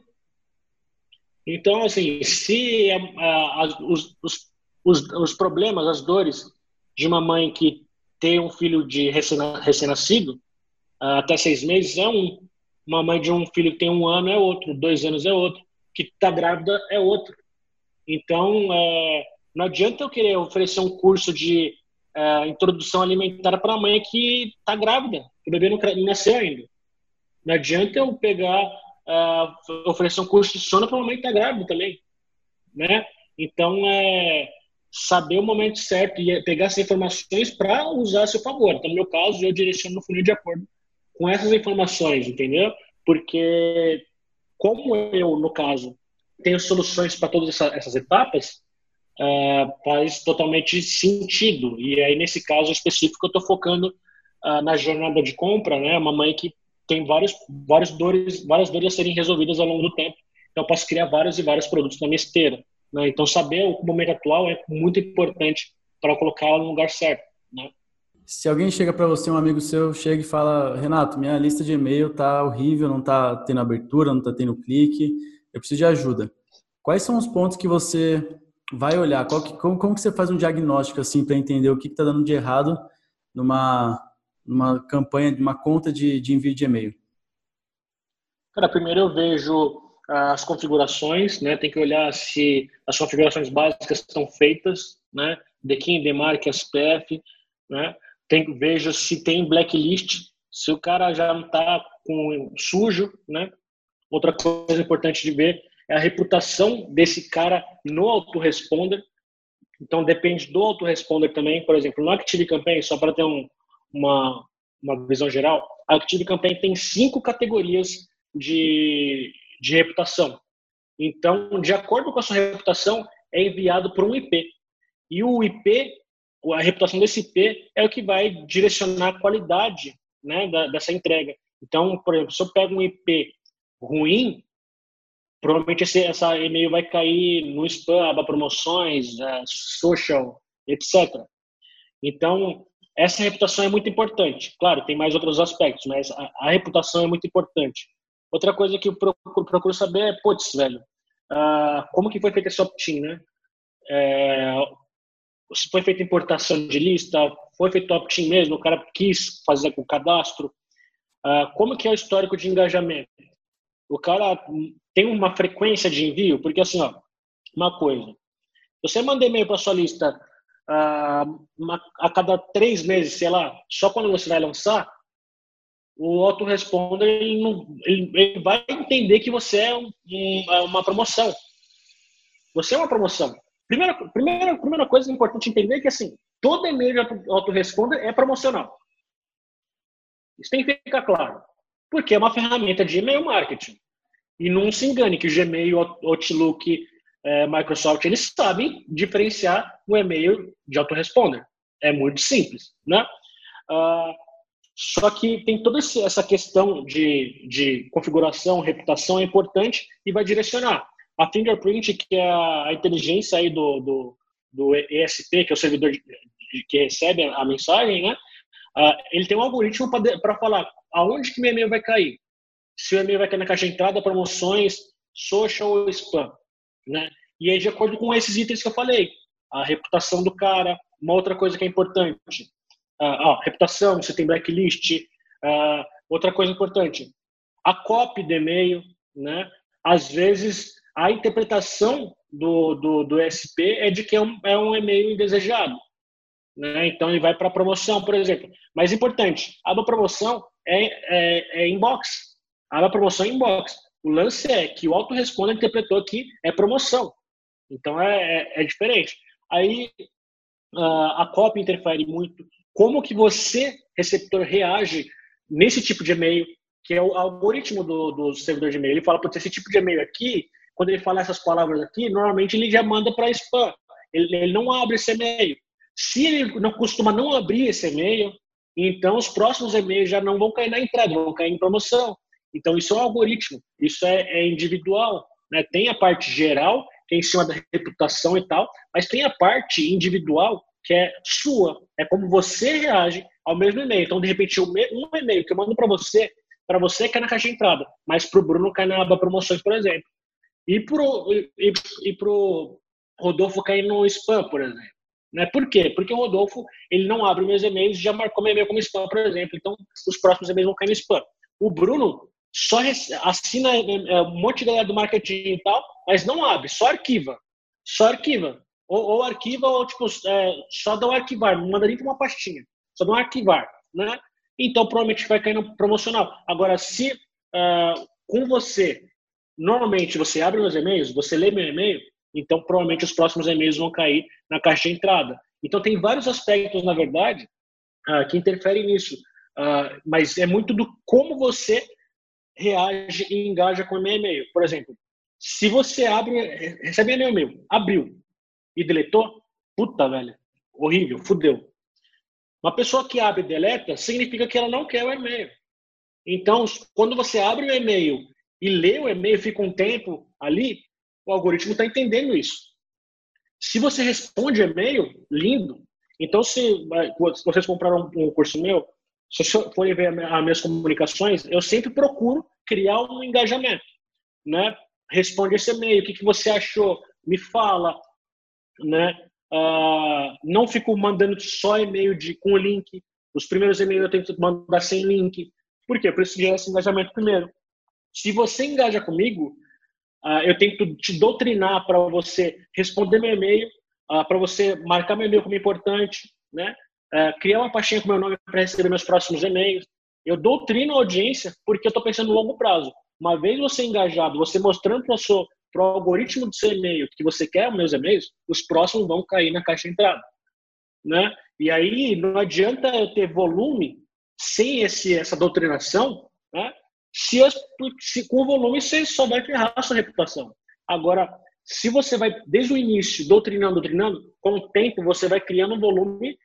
Então, assim, se a, a, os, os, os, os problemas, as dores de uma mãe que tem um filho de recém-nascido, uh, até seis meses é um, uma mãe de um filho que tem um ano é outro, dois anos é outro, que está grávida é outro. Então, é, não adianta eu querer oferecer um curso de é, introdução alimentar para a mãe que está grávida, que o bebê não, não nasceu ainda. Não adianta eu pegar, uh, oferecer um curso de sono para uma mãe que está grávida também, né? Então, é saber o momento certo e pegar essas informações para usar a seu favor. Então, no meu caso, eu direciono no funil de acordo com essas informações, entendeu? Porque, como eu, no caso, tenho soluções para todas essa, essas etapas, uh, faz totalmente sentido. E aí, nesse caso específico, eu estou focando uh, na jornada de compra, né? Uma mãe que tem vários, vários dores, várias dores a serem resolvidas ao longo do tempo. Então, eu posso criar vários e vários produtos na minha esteira, né? Então, saber o momento atual é muito importante para colocar ela no lugar certo, né? Se alguém chega para você, um amigo seu, chega e fala, Renato, minha lista de e-mail tá horrível, não tá tendo abertura, não tá tendo clique, eu preciso de ajuda. Quais são os pontos que você vai olhar? Qual que, como, como que você faz um diagnóstico assim para entender o que está dando de errado numa, numa campanha, numa conta de, de envio de e-mail? Cara, primeiro eu vejo as configurações, né? Tem que olhar se as configurações básicas estão feitas, né? D K I M, D MARC, S P F, né? Tem, vejo se tem blacklist, se o cara já não está com sujo, né? Outra coisa importante de ver é a reputação desse cara no autoresponder. Então, depende do autoresponder também. Por exemplo, no ActiveCampaign, só para ter um, uma, uma visão geral, a ActiveCampaign tem cinco categorias de, de reputação. Então, de acordo com a sua reputação, é enviado para um I P. E o I P, a reputação desse I P é o que vai direcionar a qualidade, né, da, dessa entrega. Então, por exemplo, se eu pego um I P ruim, provavelmente esse essa e-mail vai cair no spam, aba promoções, uh, social, etcétera. Então, essa reputação é muito importante. Claro, tem mais outros aspectos, mas a, a reputação é muito importante. Outra coisa que eu procuro, procuro saber é, putz, velho, uh, como que foi feito esse opt-in, né? É, se foi feita importação de lista, foi feito opt-in mesmo, o cara quis fazer com o cadastro. Uh, como que é o histórico de engajamento? O cara tem uma frequência de envio, porque assim, ó, uma coisa, você manda e-mail para sua lista uh, uma, a cada três meses, sei lá, só quando você vai lançar, o autoresponder ele, ele, ele vai entender que você é um, um, uma promoção. Você é uma promoção. Primeira, primeira, primeira coisa importante entender é que assim, todo e-mail de autoresponder é promocional. Isso tem que ficar claro. Porque é uma ferramenta de e-mail marketing. E não se engane que o Gmail, Outlook, é, Microsoft, eles sabem diferenciar o e-mail de autoresponder. É muito simples, né? Uh, só que tem toda essa questão de, de configuração, reputação é importante e vai direcionar. A Fingerprint, que é a inteligência aí do, do, do E S P, que é o servidor de, de, que recebe a mensagem, né? Uh, ele tem um algoritmo para falar aonde que meu e-mail vai cair. Se o e-mail vai cair na caixa de entrada, promoções, social ou spam, né? E aí, de acordo com esses itens que eu falei, a reputação do cara, uma outra coisa que é importante, uh, ó, reputação, você tem blacklist, uh, outra coisa importante, a copy do e-mail, né? Às vezes, a interpretação do, do, do E S P é de que é um, é um e-mail indesejado, né? Então, ele vai para promoção, por exemplo. Mas, importante, a promoção é, é, é inbox. A promoção é inbox. O lance é que o autoresponder interpretou que é promoção. Então, é, é, é diferente. Aí, uh, a cópia interfere muito. Como que você, receptor, reage nesse tipo de e-mail, que é o algoritmo do, do servidor de e-mail. Ele fala, putz, esse tipo de e-mail aqui, quando ele fala essas palavras aqui, normalmente ele já manda para spam. Ele, ele não abre esse e-mail. Se ele não costuma não abrir esse e-mail, então os próximos e-mails já não vão cair na entrada, vão cair em promoção. Então, isso é um algoritmo, isso é, é individual, né? Tem a parte geral, que é em cima da reputação e tal, mas tem a parte individual, que é sua, é como você reage ao mesmo e-mail. Então, de repente, um e-mail que eu mando para você, para você cai na caixa de entrada, mas para o Bruno cai na aba promoções, por exemplo. E para o e, e pro Rodolfo cair no spam, por exemplo. Né? Por quê? Porque o Rodolfo ele não abre meus e-mails e já marcou meu e-mail como spam, por exemplo. Então, os próximos e-mails vão cair no spam. O Bruno só assina um monte de galera do marketing e tal, mas não abre, só arquiva. Só arquiva. Ou, ou arquiva, ou tipo, é, só dá um arquivar, não manda nem para uma pastinha. Só dá um arquivar, né? Então, provavelmente vai cair no promocional. Agora, se uh, com você, normalmente você abre meus e-mails, você lê meu e-mail, então provavelmente os próximos e-mails vão cair na caixa de entrada. Então, tem vários aspectos, na verdade, uh, que interferem nisso. Uh, mas é muito do como você reage e engaja com o meu e-mail. Por exemplo, se você abre, recebe e-mail meu, abriu e deletou, puta, velho, horrível, fudeu. Uma pessoa que abre e deleta significa que ela não quer o e-mail. Então, quando você abre o e-mail e lê o e-mail, fica um tempo ali, o algoritmo está entendendo isso. Se você responde e-mail, lindo. Então, se vocês compraram um curso meu, se eu for ver as minhas comunicações, eu sempre procuro criar um engajamento, né? Responde esse e-mail, o que, que você achou? Me fala, né? Uh, não fico mandando só e-mail de, com o link. Os primeiros e-mails eu tento mandar sem link. Por quê? Eu preciso gerar esse engajamento primeiro. Se você engaja comigo, uh, eu tento te doutrinar para você responder meu e-mail, uh, para você marcar meu e-mail como importante, né? Uh, criar uma pastinha com meu nome para receber meus próximos e-mails. Eu doutrino a audiência porque eu estou pensando no longo prazo. Uma vez você engajado, você mostrando para o algoritmo do seu e-mail que você quer meus e-mails, os próximos vão cair na caixa de entrada, né? E aí não adianta eu ter volume sem esse, essa doutrinação, né? Se, eu, se com o volume você só vai ferrar a sua reputação. Agora, se você vai desde o início doutrinando, doutrinando, com o tempo você vai criando um volume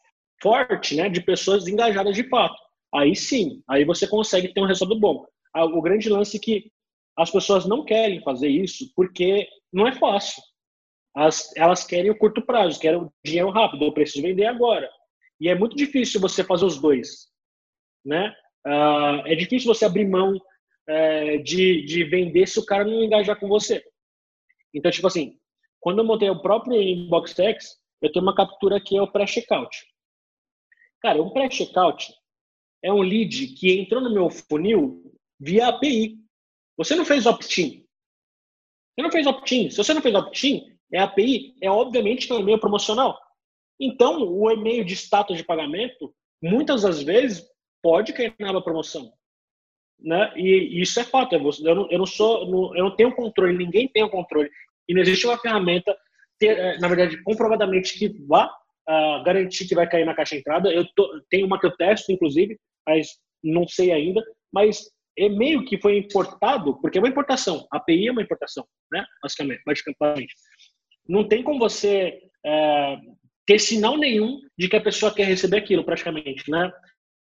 forte, né, de pessoas engajadas de fato. Aí sim, aí você consegue ter um resultado bom. O grande lance é que as pessoas não querem fazer isso porque não é fácil. As, elas querem o curto prazo, querem o dinheiro rápido, eu preciso vender agora. E é muito difícil você fazer os dois, né? Uh, é difícil você abrir mão uh, de, de vender se o cara não engajar com você. Então, tipo assim, quando eu montei o próprio InboxX, eu tenho uma captura que é o pré-checkout. Cara, um pré-checkout é um lead que entrou no meu funil via A P I. Você não fez opt-in. Você não fez opt-in. Se você não fez opt-in, é A P I, é obviamente que é um e-mail promocional. Então, o e-mail de status de pagamento, muitas das vezes, pode cair na aba promoção. Né? E isso é fato. Eu não, eu não sou, eu não tenho controle, ninguém tem o controle. E não existe uma ferramenta, ter, na verdade, comprovadamente que vá uh, garantir que vai cair na caixa de entrada. Eu tô, tenho uma que eu testo, inclusive, mas não sei ainda. Mas e-mail que foi importado, porque é uma importação, a API é uma importação, né? Basicamente, basicamente. Não tem como você é, ter sinal nenhum de que a pessoa quer receber aquilo, praticamente, né?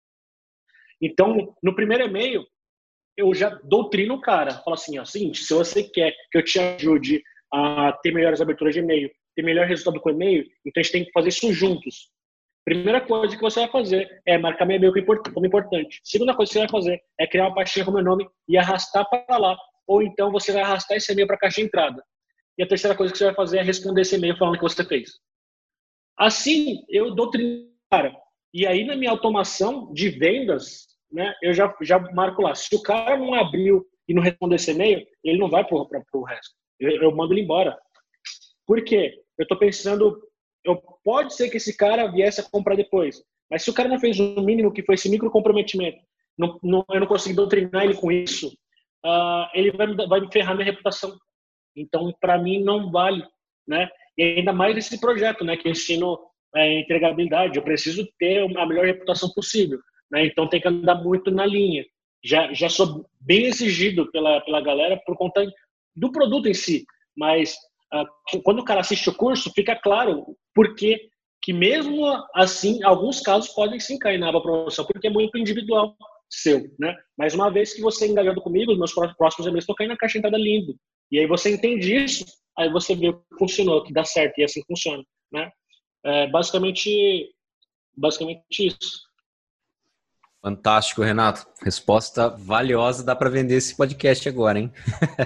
Então, no primeiro e-mail, eu já doutrino o cara. Falo assim, ó, seguinte, se você quer que eu te ajude a ter melhores aberturas de e-mail, ter melhor resultado com e-mail, então a gente tem que fazer isso juntos. Primeira coisa que você vai fazer é marcar meu e-mail como importante. Segunda coisa que você vai fazer é criar uma pastinha com meu nome e arrastar para lá. Ou então você vai arrastar esse e-mail para a caixa de entrada. E a terceira coisa que você vai fazer é responder esse e-mail falando o que você fez. Assim, eu doutrino o cara. E aí, na minha automação de vendas, né, eu já, já marco lá. Se o cara não abriu e não respondeu esse e-mail, ele não vai para o resto. Eu, eu mando ele embora. Por quê? Eu estou pensando... Eu, pode ser que esse cara viesse a comprar depois. Mas se o cara não fez o mínimo, que foi esse micro comprometimento, não, não, eu não consegui doutrinar ele com isso, uh, ele vai me, vai me ferrar minha reputação. Então, para mim, não vale, né? E ainda mais esse projeto, né? Que eu ensino é, entregabilidade. Eu preciso ter a melhor reputação possível, né? Então, tem que andar muito na linha. Já, já sou bem exigido pela, pela galera por conta do produto em si. Mas, uh, quando o cara assiste o curso, fica claro porque que mesmo assim, alguns casos podem sim cair na aba promoção, porque é muito individual seu, né? Mas uma vez que você é engajado comigo, os meus próximos e-mails estão caindo na caixa de entrada lindo. E aí você entende isso, aí você vê que funcionou, que dá certo, e assim funciona, né? É basicamente, basicamente isso. Fantástico, Renato. Resposta valiosa, dá para vender esse podcast agora, hein?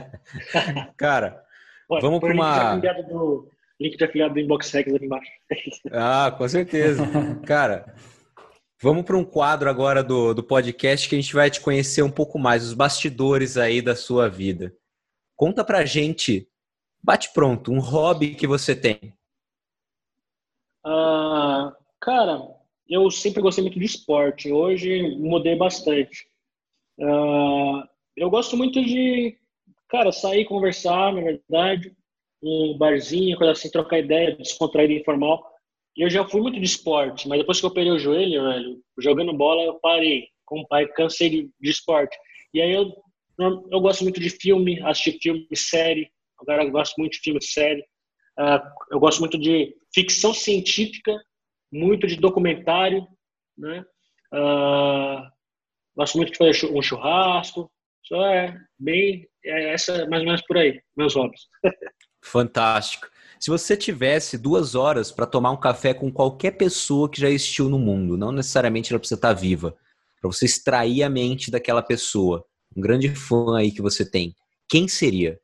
Cara, Pô, vamos para uma... Do, link de afiliado do Inbox Hacks aqui embaixo. Ah, com certeza. Cara, vamos para um quadro agora do, do podcast que a gente vai te conhecer um pouco mais, os bastidores aí da sua vida. Conta pra gente, bate pronto, um hobby que você tem. Ah, cara, eu sempre gostei muito de esporte. Hoje mudei bastante. Ah, eu gosto muito de, cara, sair, conversar, na verdade, um barzinho, coisa assim, trocar ideia, descontraído, informal. Eu já fui muito de esporte, mas depois que eu operei o joelho, velho, jogando bola, eu parei. Com o pai, cansei de, de esporte. E aí eu Eu gosto muito de filme, assistir filme, série. Agora eu gosto muito de filme, série. Uh, eu gosto muito de ficção científica, muito de documentário, né? Uh, gosto muito de fazer um churrasco. Só é bem, é essa mais ou menos por aí, meus hobbies. Fantástico. Se você tivesse duas horas para tomar um café com qualquer pessoa que já existiu no mundo, não necessariamente ela precisa estar viva, para você extrair a mente daquela pessoa, um grande fã aí que você tem, quem seria?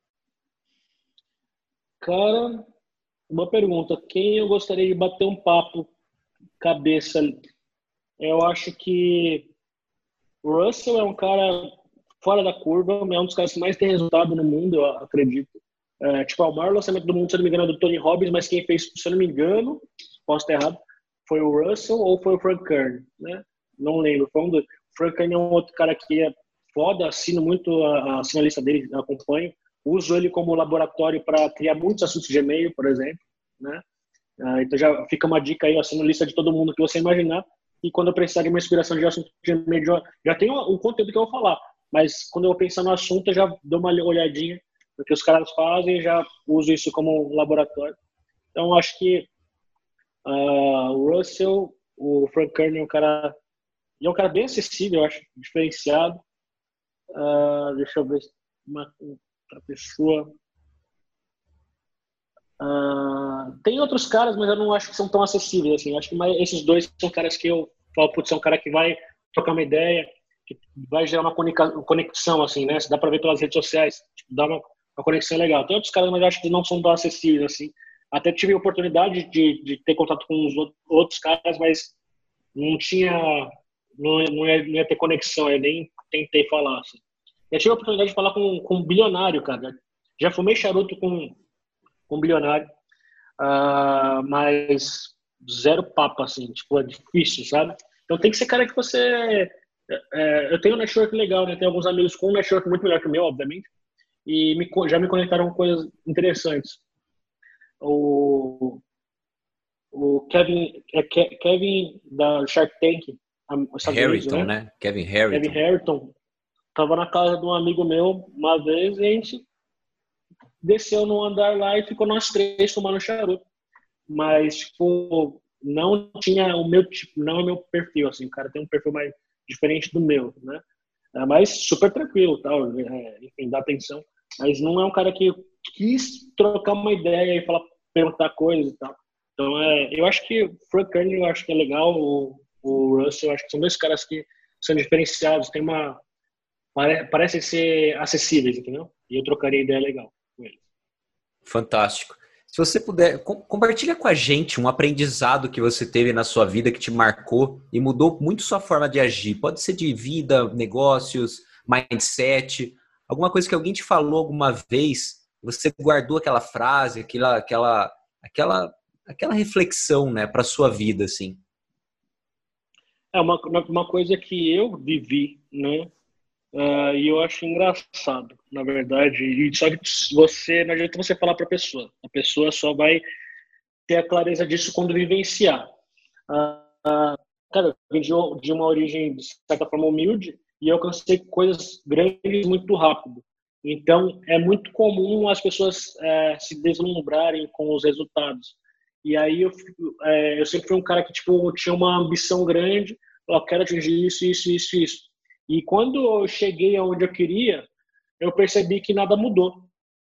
Cara, uma pergunta. Quem eu gostaria de bater um papo cabeça? Eu acho que o Russell é um cara fora da curva, é um dos caras que mais tem resultado no mundo, eu acredito. É, tipo, o maior lançamento do mundo, se não me engano, é do Tony Robbins, mas quem fez, se eu não me engano, posso estar errado, foi o Russell ou foi o Frank Kern, né? Não lembro. Foi um do... O Frank Kern é um outro cara que é foda, assino muito a, a sinalista dele, acompanho. Uso ele como laboratório para criar muitos assuntos de e-mail, por exemplo, né? Ah, então já fica uma dica aí, eu assino lista de todo mundo que você imaginar, e quando eu precisar de uma inspiração de assunto de e-mail, já, já tenho um conteúdo que eu vou falar, mas quando eu pensar no assunto, eu já dou uma olhadinha no que os caras fazem e já uso isso como laboratório. Então, acho que uh, o Russell, o Frank Kern é um cara, ele é um cara bem acessível, eu acho, diferenciado. Uh, deixa eu ver uma outra pessoa. Uh, tem outros caras, mas eu não acho que são tão acessíveis assim. Eu acho que mais, esses dois são caras que eu falo, putz, é um cara que vai trocar uma ideia, que vai gerar uma conexão, assim, né? Dá pra ver pelas redes sociais, tipo, dá uma, uma conexão legal. Tem outros caras, mas eu acho que não são tão acessíveis assim. Até tive a oportunidade de, de ter contato com os outros caras, mas não tinha, não, não, ia, não ia ter conexão, eu nem tentei falar, assim. Eu tive a oportunidade de falar com, com um bilionário, cara. Já fumei charuto com, com um bilionário, uh, mas zero papo, assim, tipo, é difícil, sabe? Então tem que ser cara que você... É, eu tenho um network legal, né? Tenho alguns amigos com um network muito melhor que o meu, obviamente, e me, já me conectaram com coisas interessantes. O, o Kevin, é Kevin da Shark Tank, Harrington, Unidos, né? né? Kevin Harrington. Kevin Harrington. tava na casa de um amigo meu uma vez e a gente desceu no andar lá e ficou nós três tomando charuto. Mas, tipo, não tinha o meu tipo, não é o meu perfil, assim, o cara tem um perfil mais diferente do meu, né? É, mas super tranquilo, tal, é, enfim, dá atenção. Mas não é um cara que quis trocar uma ideia e falar, perguntar coisas e tal. Então, é, eu acho que o Frank Kern, eu acho que é legal, o, o Russell, eu acho que são dois caras que são diferenciados, tem uma, pare, parecem ser acessíveis, entendeu? E eu trocaria ideia legal com eles. Fantástico. Se você puder, com, compartilha com a gente um aprendizado que você teve na sua vida que te marcou e mudou muito sua forma de agir. Pode ser de vida, negócios, mindset, alguma coisa que alguém te falou alguma vez, você guardou aquela frase, aquela, aquela, aquela, aquela reflexão, né, para sua vida, assim. É uma, uma coisa que eu vivi, né? Uh, e eu acho engraçado, na verdade. E só que você, não adianta você falar para a pessoa. A pessoa só vai ter a clareza disso quando vivenciar. Uh, uh, cara, eu vim de, de uma origem, de certa forma, humilde e eu alcancei coisas grandes muito rápido. Então, é muito comum as pessoas é, se deslumbrarem com os resultados. E aí, eu, é, eu sempre fui um cara que tipo, tinha uma ambição grande. Eu quero atingir isso, isso, isso, isso. E quando eu cheguei aonde eu queria, eu percebi que nada mudou.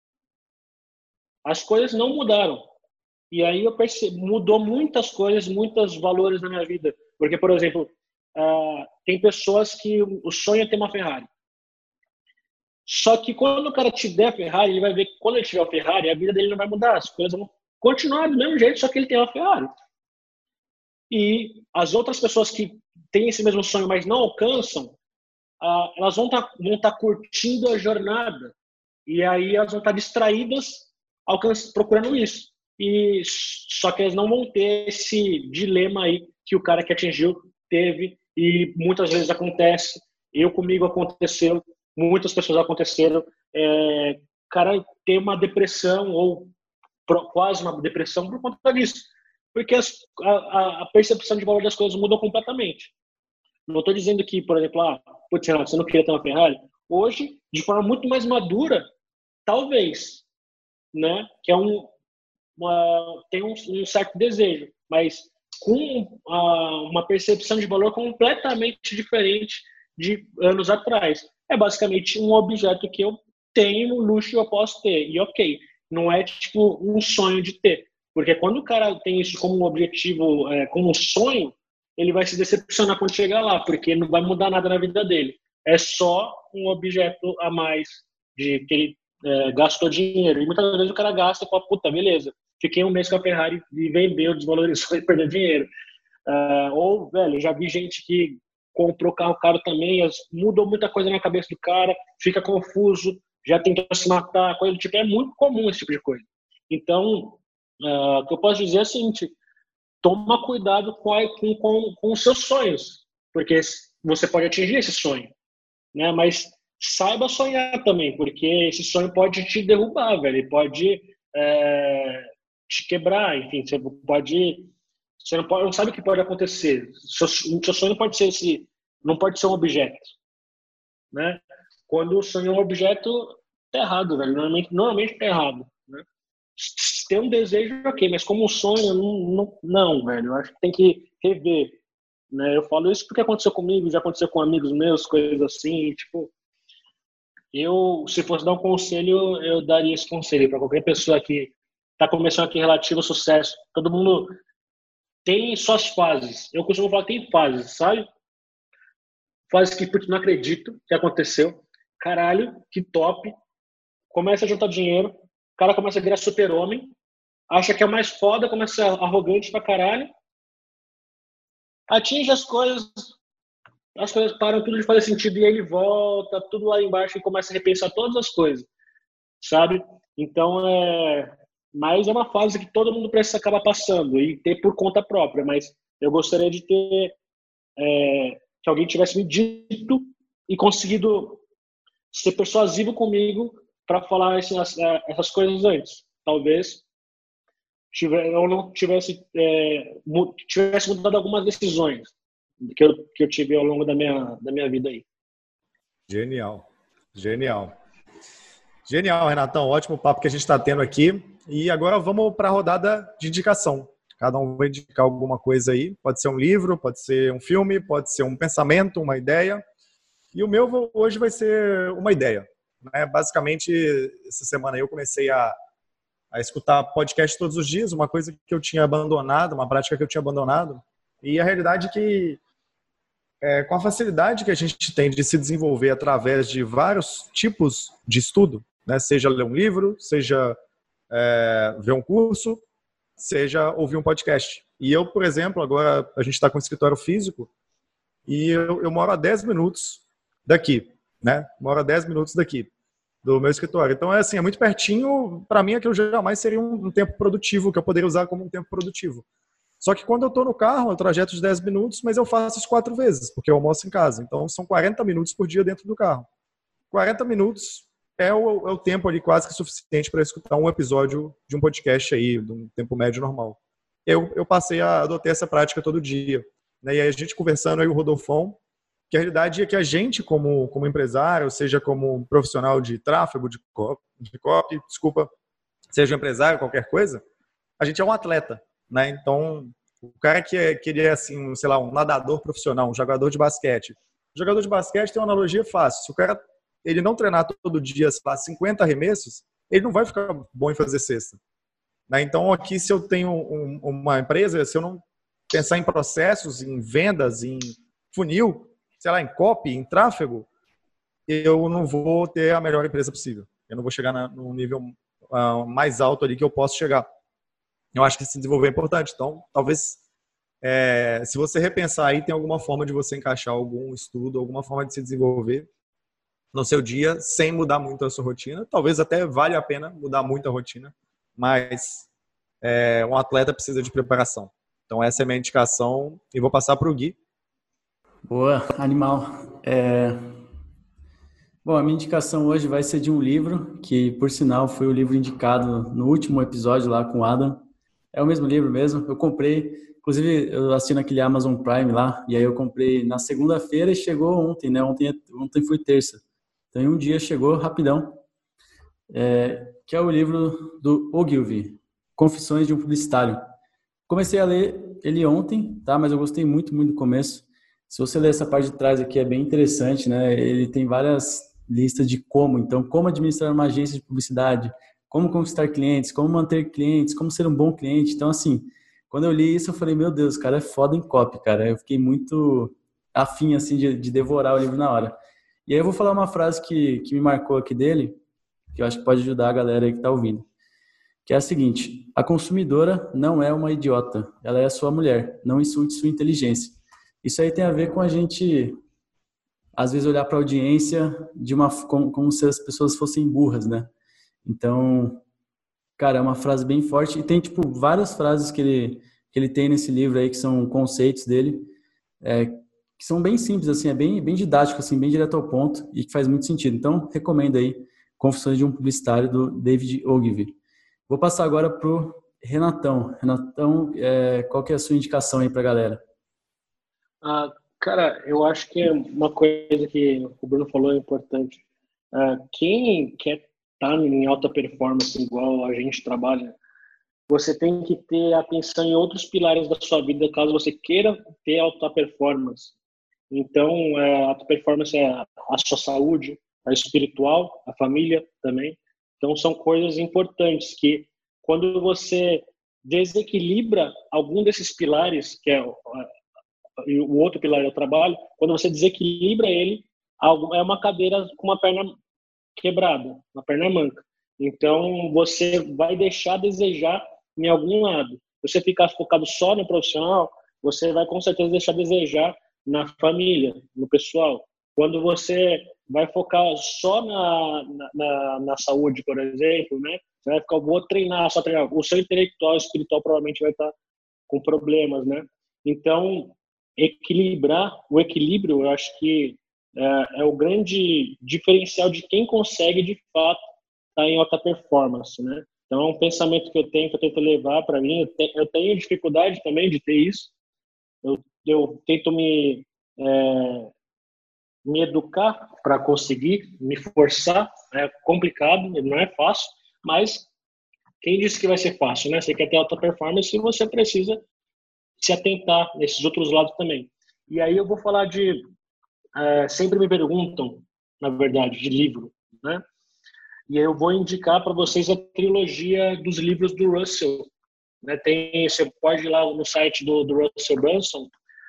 As coisas não mudaram. E aí eu percebi, mudou muitas coisas, muitos valores na minha vida. Porque, por exemplo, uh, tem pessoas que o sonho é ter uma Ferrari. Só que quando o cara te der a Ferrari, ele vai ver que quando ele tiver a Ferrari, a vida dele não vai mudar. As coisas vão continuar do mesmo jeito, só que ele tem a Ferrari. E as outras pessoas que têm esse mesmo sonho, mas não alcançam, Uh, elas vão estar tá, vão tá curtindo a jornada e aí elas vão estar tá distraídas procurando isso. E só que elas não vão ter esse dilema aí que o cara que atingiu teve e muitas vezes acontece. Eu comigo aconteceu, muitas pessoas aconteceram. É, cara tem uma depressão ou pro, quase uma depressão por conta disso, porque as, a, a percepção de valor das coisas mudou completamente. Não estou dizendo que, por exemplo, ah, putz, Renato, você não queria ter uma Ferrari? Hoje, de forma muito mais madura, talvez, né? Que é um, uma, tem um, um certo desejo, mas com uh, uma percepção de valor completamente diferente de anos atrás. É basicamente um objeto que eu tenho, um luxo que eu posso ter. E ok, não é tipo um sonho de ter. Porque quando o cara tem isso como um objetivo, é, como um sonho, ele vai se decepcionar quando chegar lá, porque não vai mudar nada na vida dele. É só um objeto a mais de que ele é, gastou dinheiro. E muitas vezes o cara gasta e fala, puta, beleza, fiquei um mês com a Ferrari e vendeu, desvalorizou e perdeu dinheiro. Uh, ou, velho, já vi gente que comprou carro caro também, mudou muita coisa na cabeça do cara, fica confuso, já tentou se matar, coisa do tipo. É muito comum esse tipo de coisa. Então, uh, o que eu posso dizer é o seguinte: toma cuidado com, a, com, com, com os seus sonhos, porque você pode atingir esse sonho, né? Mas saiba sonhar também, porque esse sonho pode te derrubar, velho. Ele pode é, te quebrar, enfim, você pode, você não pode, não sabe o que pode acontecer. Seu, seu sonho pode ser esse, não pode ser um objeto, né? Quando o sonho é um objeto, tá errado, velho. Normalmente, normalmente tá errado, né? Ter um desejo, ok, mas como um sonho, não, não, não, velho. Eu acho que tem que rever, né? Eu falo isso porque aconteceu comigo, já aconteceu com amigos meus, coisas assim, tipo, eu, se fosse dar um conselho, eu daria esse conselho para qualquer pessoa que está começando aqui relativo ao sucesso. Todo mundo tem suas fases. Eu costumo falar que tem fases, sabe? Fases que, putz, não acredito que aconteceu. Caralho, que top. Começa a juntar dinheiro, o cara começa a virar super-homem, acha que é mais foda, começa a ser arrogante pra caralho, atinge as coisas, as coisas param tudo de fazer sentido e ele volta tudo lá embaixo e começa a repensar todas as coisas, sabe? Então, é... Mas é uma fase que todo mundo precisa acabar passando e ter por conta própria, mas eu gostaria de ter é... que alguém tivesse me dito e conseguido ser persuasivo comigo para falar essas, essas coisas antes. Talvez eu não tivesse, é, tivesse mudado algumas decisões que eu, que eu tive ao longo da minha, da minha vida aí. Genial, genial. Genial, Renatão. Ótimo papo que a gente está tendo aqui. E agora vamos para a rodada de indicação. Cada um vai indicar alguma coisa aí. Pode ser um livro, pode ser um filme, pode ser um pensamento, uma ideia. E o meu hoje vai ser uma ideia. Né? Basicamente, essa semana eu comecei a, a escutar podcast todos os dias, uma coisa que eu tinha abandonado, uma prática que eu tinha abandonado. E a realidade é que, é, com a facilidade que a gente tem de se desenvolver através de vários tipos de estudo, né? Seja ler um livro, seja é, ver um curso, seja ouvir um podcast. E eu, por exemplo, agora a gente está com um escritório físico e eu, eu moro a dez minutos daqui, né? Moro a dez minutos daqui do meu escritório. Então, é assim, é muito pertinho. Para mim, aquilo jamais seria um, um tempo produtivo, que eu poderia usar como um tempo produtivo. Só que quando eu estou no carro, é um trajeto de dez minutos, mas eu faço isso quatro vezes, porque eu almoço em casa. Então, são quarenta minutos por dia dentro do carro. quarenta minutos é o, é o tempo ali quase que suficiente para escutar um episódio de um podcast aí, de um tempo médio normal. Eu, eu passei a adotar essa prática todo dia. Né? E aí a gente conversando aí, o Rodolfão, que a realidade é que a gente, como, como empresário, seja como profissional de tráfego, de copy, de copy, desculpa, seja um empresário, qualquer coisa, a gente é um atleta. Né? Então, o cara que, é, que ele é assim, sei lá, um nadador profissional, um jogador de basquete. O jogador de basquete tem uma analogia fácil. Se o cara ele não treinar todo dia, sei lá, cinquenta arremessos, ele não vai ficar bom em fazer cesta. Né? Então, aqui, se eu tenho um, uma empresa, se eu não pensar em processos, em vendas, em funil, sei lá, em copy, em tráfego, eu não vou ter a melhor empresa possível. Eu não vou chegar na, no nível uh, mais alto ali que eu posso chegar. Eu acho que se desenvolver é importante. Então, talvez, é, se você repensar aí, tem alguma forma de você encaixar algum estudo, alguma forma de se desenvolver no seu dia, sem mudar muito a sua rotina. Talvez até valha a pena mudar muito a rotina, mas é, um atleta precisa de preparação. Então, essa é a minha indicação e vou passar para o Gui. Boa, animal. É... Bom, a minha indicação hoje vai ser de um livro, que, por sinal, foi o livro indicado no último episódio lá com o Adam. É o mesmo livro mesmo. Eu comprei, inclusive eu assino aquele Amazon Prime lá, e aí eu comprei na segunda-feira e chegou ontem, né? Ontem, ontem foi terça. Então, em um dia chegou rapidão, é, que é o livro do Ogilvy, Confissões de um Publicitário. Comecei a ler ele ontem, tá? Mas eu gostei muito, muito do começo. Se você ler essa parte de trás aqui, é bem interessante, né? Ele tem várias listas de como. Então, como administrar uma agência de publicidade, como conquistar clientes, como manter clientes, como ser um bom cliente. Então, assim, quando eu li isso, eu falei, meu Deus, o cara é foda em copy, cara. Eu fiquei muito afim, assim, de, de devorar o livro na hora. E aí eu vou falar uma frase que, que me marcou aqui dele, que eu acho que pode ajudar a galera aí que tá ouvindo. Que é a seguinte: a consumidora não é uma idiota, ela é a sua mulher, não insulte sua inteligência. Isso aí tem a ver com a gente, às vezes, olhar para a audiência de uma, como, como se as pessoas fossem burras, né? Então, cara, é uma frase bem forte. E tem, tipo, várias frases que ele, que ele tem nesse livro aí, que são conceitos dele, é, que são bem simples, assim, é bem, bem didático, assim, bem direto ao ponto e que faz muito sentido. Então, recomendo aí Confissões de um Publicitário, do David Ogilvy. Vou passar agora pro Renatão. Renatão, é, qual que é a sua indicação aí pra galera? Ah, cara, eu acho que é uma coisa que o Bruno falou é importante. Ah, quem quer estar em alta performance igual a gente trabalha, você tem que ter atenção em outros pilares da sua vida caso você queira ter alta performance. Então, é, a alta performance é a, a sua saúde, a espiritual, a família também. Então, são coisas importantes que, quando você desequilibra algum desses pilares, que é e o outro pilar é o trabalho, quando você desequilibra ele, é uma cadeira com uma perna quebrada, uma perna manca. Então, você vai deixar a desejar em algum lado. Se você ficar focado só no profissional, você vai com certeza deixar a desejar na família, no pessoal. Quando você vai focar só na, na, na saúde, por exemplo, né? Você vai ficar, vou treinar, só treinar. O seu intelectual, espiritual provavelmente vai estar com problemas, né? Então, equilibrar, o equilíbrio, eu acho que é, é o grande diferencial de quem consegue, de fato, estar em alta performance, né? Então, é um pensamento que eu tenho, que eu tento levar para mim. Eu, te, eu tenho dificuldade também de ter isso. Eu, eu tento me... É, me educar para conseguir, me forçar. É complicado, não é fácil, mas quem disse que vai ser fácil, né? Você quer ter alta performance e você precisa se atentar nesses outros lados também. E aí eu vou falar de... É, sempre me perguntam, na verdade, de livro, né? E eu vou indicar para vocês a trilogia dos livros do Russell. Né? Tem, você pode ir lá no site do, do Russell Brunson,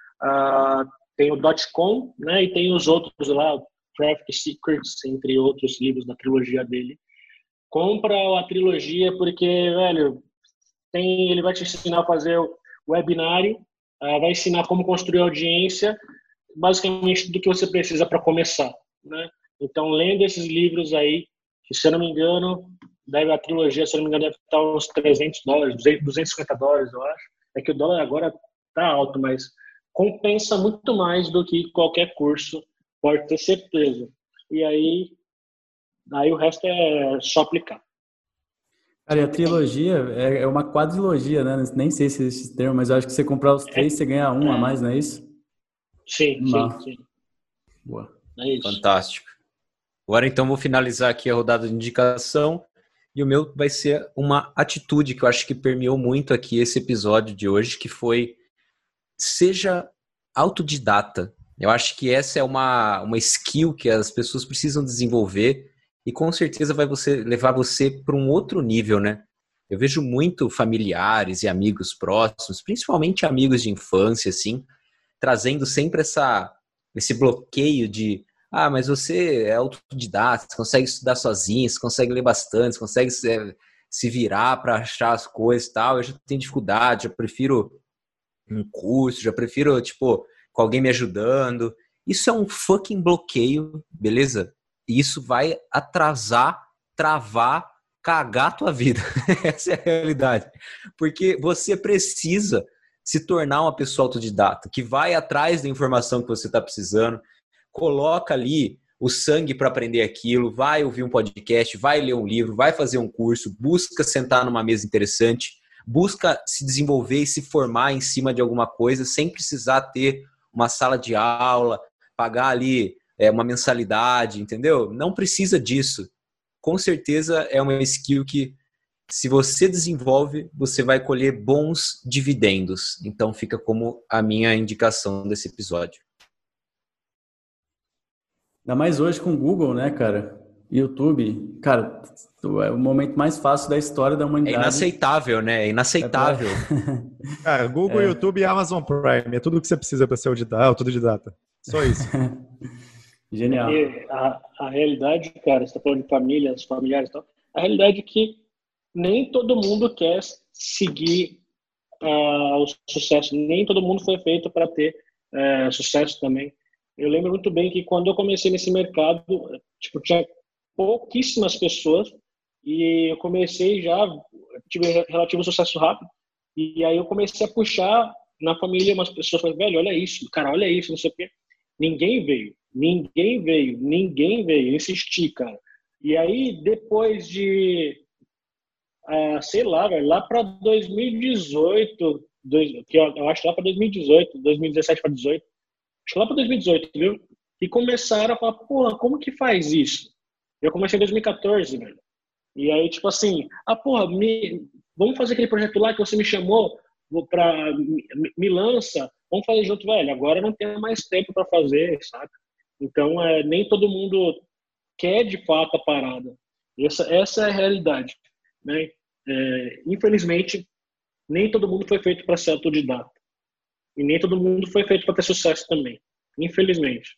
uh, tem o .com, né? E tem os outros lá, Traffic Secrets, entre outros livros da trilogia dele. Compra a trilogia porque, velho, tem, ele vai te ensinar a fazer o webinário, uh, vai ensinar como construir audiência, basicamente tudo que você precisa para começar, né? Então, lendo esses livros aí, que se eu não me engano, deve, a trilogia, se eu não me engano, deve estar uns trezentos dólares, duzentos e cinquenta dólares, eu acho. É que o dólar agora tá alto, mas compensa muito mais do que qualquer curso, pode ter certeza. E aí, aí o resto é só aplicar. Cara, e a trilogia é uma quadrilogia, né? Nem sei se existe esse termo, mas eu acho que você comprar os três, é, você ganha um é. a mais, não é isso? Sim, não. sim, sim. Boa. É isso. Fantástico. Agora, então, vou finalizar aqui a rodada de indicação e o meu vai ser uma atitude que eu acho que permeou muito aqui esse episódio de hoje, que foi seja autodidata. Eu acho que essa é uma, uma skill que as pessoas precisam desenvolver e com certeza vai você, levar você para um outro nível, né? Eu vejo muito familiares e amigos próximos, principalmente amigos de infância, assim, trazendo sempre essa, esse bloqueio de ah, mas você é autodidata, você consegue estudar sozinho, você consegue ler bastante, você consegue se, se virar para achar as coisas e tal. Eu já tenho dificuldade, já prefiro um curso, já prefiro, tipo, com alguém me ajudando. Isso é um fucking bloqueio, beleza? E isso vai atrasar, travar, cagar a tua vida. Essa é a realidade. Porque você precisa se tornar uma pessoa autodidata, que vai atrás da informação que você está precisando, coloca ali o sangue para aprender aquilo, vai ouvir um podcast, vai ler um livro, vai fazer um curso, busca sentar numa mesa interessante, busca se desenvolver e se formar em cima de alguma coisa sem precisar ter uma sala de aula, pagar ali é, uma mensalidade, entendeu? Não precisa disso. Com certeza é uma skill que, se você desenvolve, você vai colher bons dividendos. Então fica como a minha indicação desse episódio. Ainda mais hoje com o Google, né, cara? YouTube, cara, é o momento mais fácil da história da humanidade. É inaceitável, né? É inaceitável. É pra... Cara, Google, é. YouTube e Amazon Prime, é tudo o que você precisa para ser autodidata. Só isso. Genial. E a, a realidade, cara, você tá falando de famílias, familiares e tal, a realidade é que nem todo mundo quer seguir uh, o sucesso, nem todo mundo foi feito para ter uh, sucesso também. Eu lembro muito bem que quando eu comecei nesse mercado, tipo, tinha pouquíssimas pessoas e eu comecei já, tive relativo sucesso rápido, e aí eu comecei a puxar na família umas pessoas, falei, velho, olha isso, cara, olha isso, não sei o quê. Ninguém veio, ninguém veio, ninguém veio, eu insisti, cara. E aí, depois de, uh, sei lá, velho, lá para dois mil e dezoito, dois, que eu, eu acho lá para dois mil e dezoito, dois mil e dezessete para dezoito, acho que lá para dois mil e dezoito, viu? E começaram a falar, porra, como que faz isso? Eu comecei em dois mil e quatorze, velho. E aí, tipo assim, ah, porra, me, vamos fazer aquele projeto lá que você me chamou pra, me, me lança, vamos fazer junto, velho. Agora não tenho mais tempo para fazer, sabe? Então, é, nem todo mundo quer, de fato, a parada. Essa, essa é a realidade, né? É, infelizmente, nem todo mundo foi feito para ser autodidata. E nem todo mundo foi feito para ter sucesso também, infelizmente.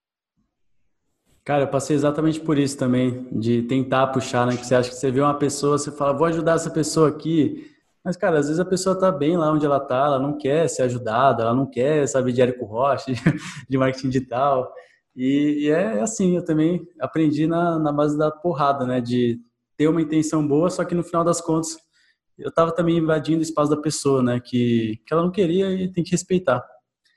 Cara, eu passei exatamente por isso também, de tentar puxar, né? Que você acha que você vê uma pessoa, você fala, vou ajudar essa pessoa aqui. Mas, cara, às vezes a pessoa tá bem lá onde ela tá, ela não quer ser ajudada, ela não quer saber de Érico Rocha, de marketing digital. E, e é assim, eu também aprendi na, na base da porrada, né? De ter uma intenção boa, só que no final das contas, eu tava também invadindo o espaço da pessoa, né? Que, que ela não queria e tem que respeitar.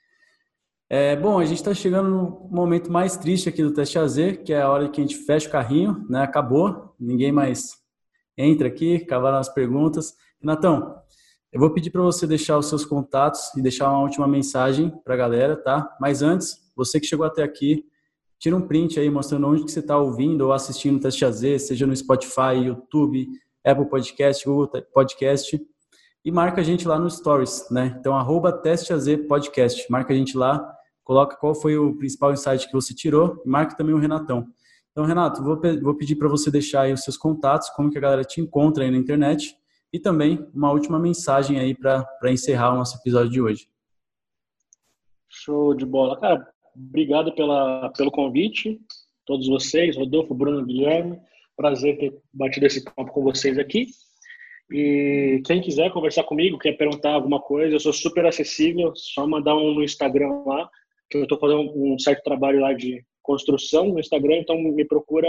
É, bom, a gente está chegando no momento mais triste aqui do Teste A Z, que é a hora que a gente fecha o carrinho, né? Acabou, ninguém mais entra aqui, acabaram as perguntas. Renatão, eu vou pedir para você deixar os seus contatos e deixar uma última mensagem para a galera, tá? Mas antes, você que chegou até aqui, tira um print aí mostrando onde que você está ouvindo ou assistindo o Teste A Z, seja no Spotify, YouTube, Apple Podcast, Google Podcast, e marca a gente lá no Stories, né? Então, arroba Teste A Z Podcast. Marca a gente lá, coloca qual foi o principal insight que você tirou e marca também o Renatão. Então, Renato, vou, vou pedir para você deixar aí os seus contatos, como que a galera te encontra aí na internet e também uma última mensagem aí para encerrar o nosso episódio de hoje. Show de bola. Cara, obrigado pela, pelo convite, todos vocês, Rodolfo, Bruno, Guilherme. Prazer ter batido esse papo com vocês aqui. E quem quiser conversar comigo, quer perguntar alguma coisa, eu sou super acessível, só mandar um no Instagram lá, que eu estou fazendo um certo trabalho lá de construção no Instagram, então me procura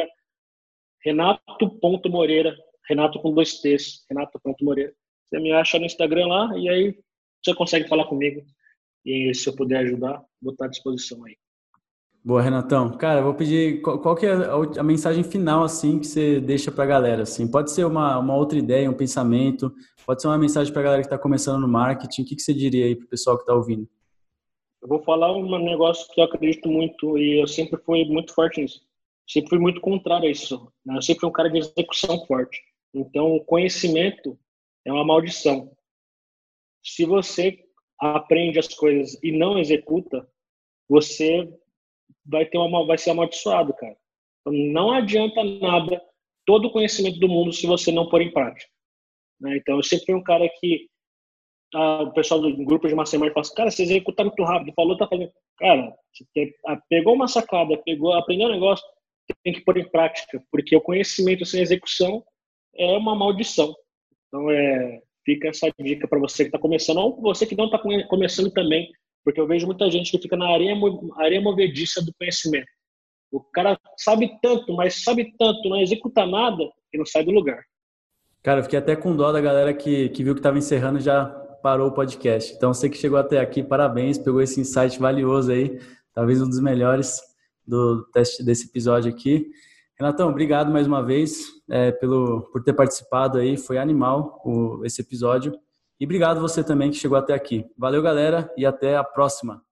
Renato.Moreira, Renato com dois T's, Renato.Moreira. Você me acha no Instagram lá e aí você consegue falar comigo. E se eu puder ajudar, vou estar à disposição aí. Boa, Renatão. Cara, eu vou pedir qual, qual que é a, a mensagem final assim que você deixa para a galera. Assim, pode ser uma, uma outra ideia, um pensamento, pode ser uma mensagem para a galera que está começando no marketing. O que, que você diria aí para o pessoal que está ouvindo? Eu vou falar um negócio que eu acredito muito e eu sempre fui muito forte nisso. Sempre fui muito contrário a isso, né? Eu sempre fui um cara de execução forte. Então, o conhecimento é uma maldição. Se você aprende as coisas e não executa, você vai ter uma vai ser amaldiçoado, cara. Então, não adianta nada todo o conhecimento do mundo se você não pôr em prática, né? Então, eu sempre fui um cara que ah, o pessoal do grupo de mastermind fala assim, cara, você executa muito rápido, falou, tá fazendo. Cara, você pegou uma sacada, pegou, aprendeu um negócio, tem que pôr em prática, porque o conhecimento sem execução é uma maldição. Então, é, fica essa dica para você que está começando, ou você que não está começando também, porque eu vejo muita gente que fica na areia, areia movediça do conhecimento. O cara sabe tanto, mas sabe tanto, não executa nada e não sai do lugar. Cara, eu fiquei até com dó da galera que, que viu que estava encerrando e já parou o podcast. Então, você que chegou até aqui, parabéns, pegou esse insight valioso aí, talvez um dos melhores do teste desse episódio aqui. Renatão, obrigado mais uma vez é, pelo, por ter participado aí, foi animal o, esse episódio. E obrigado você também que chegou até aqui. Valeu, galera, e até a próxima.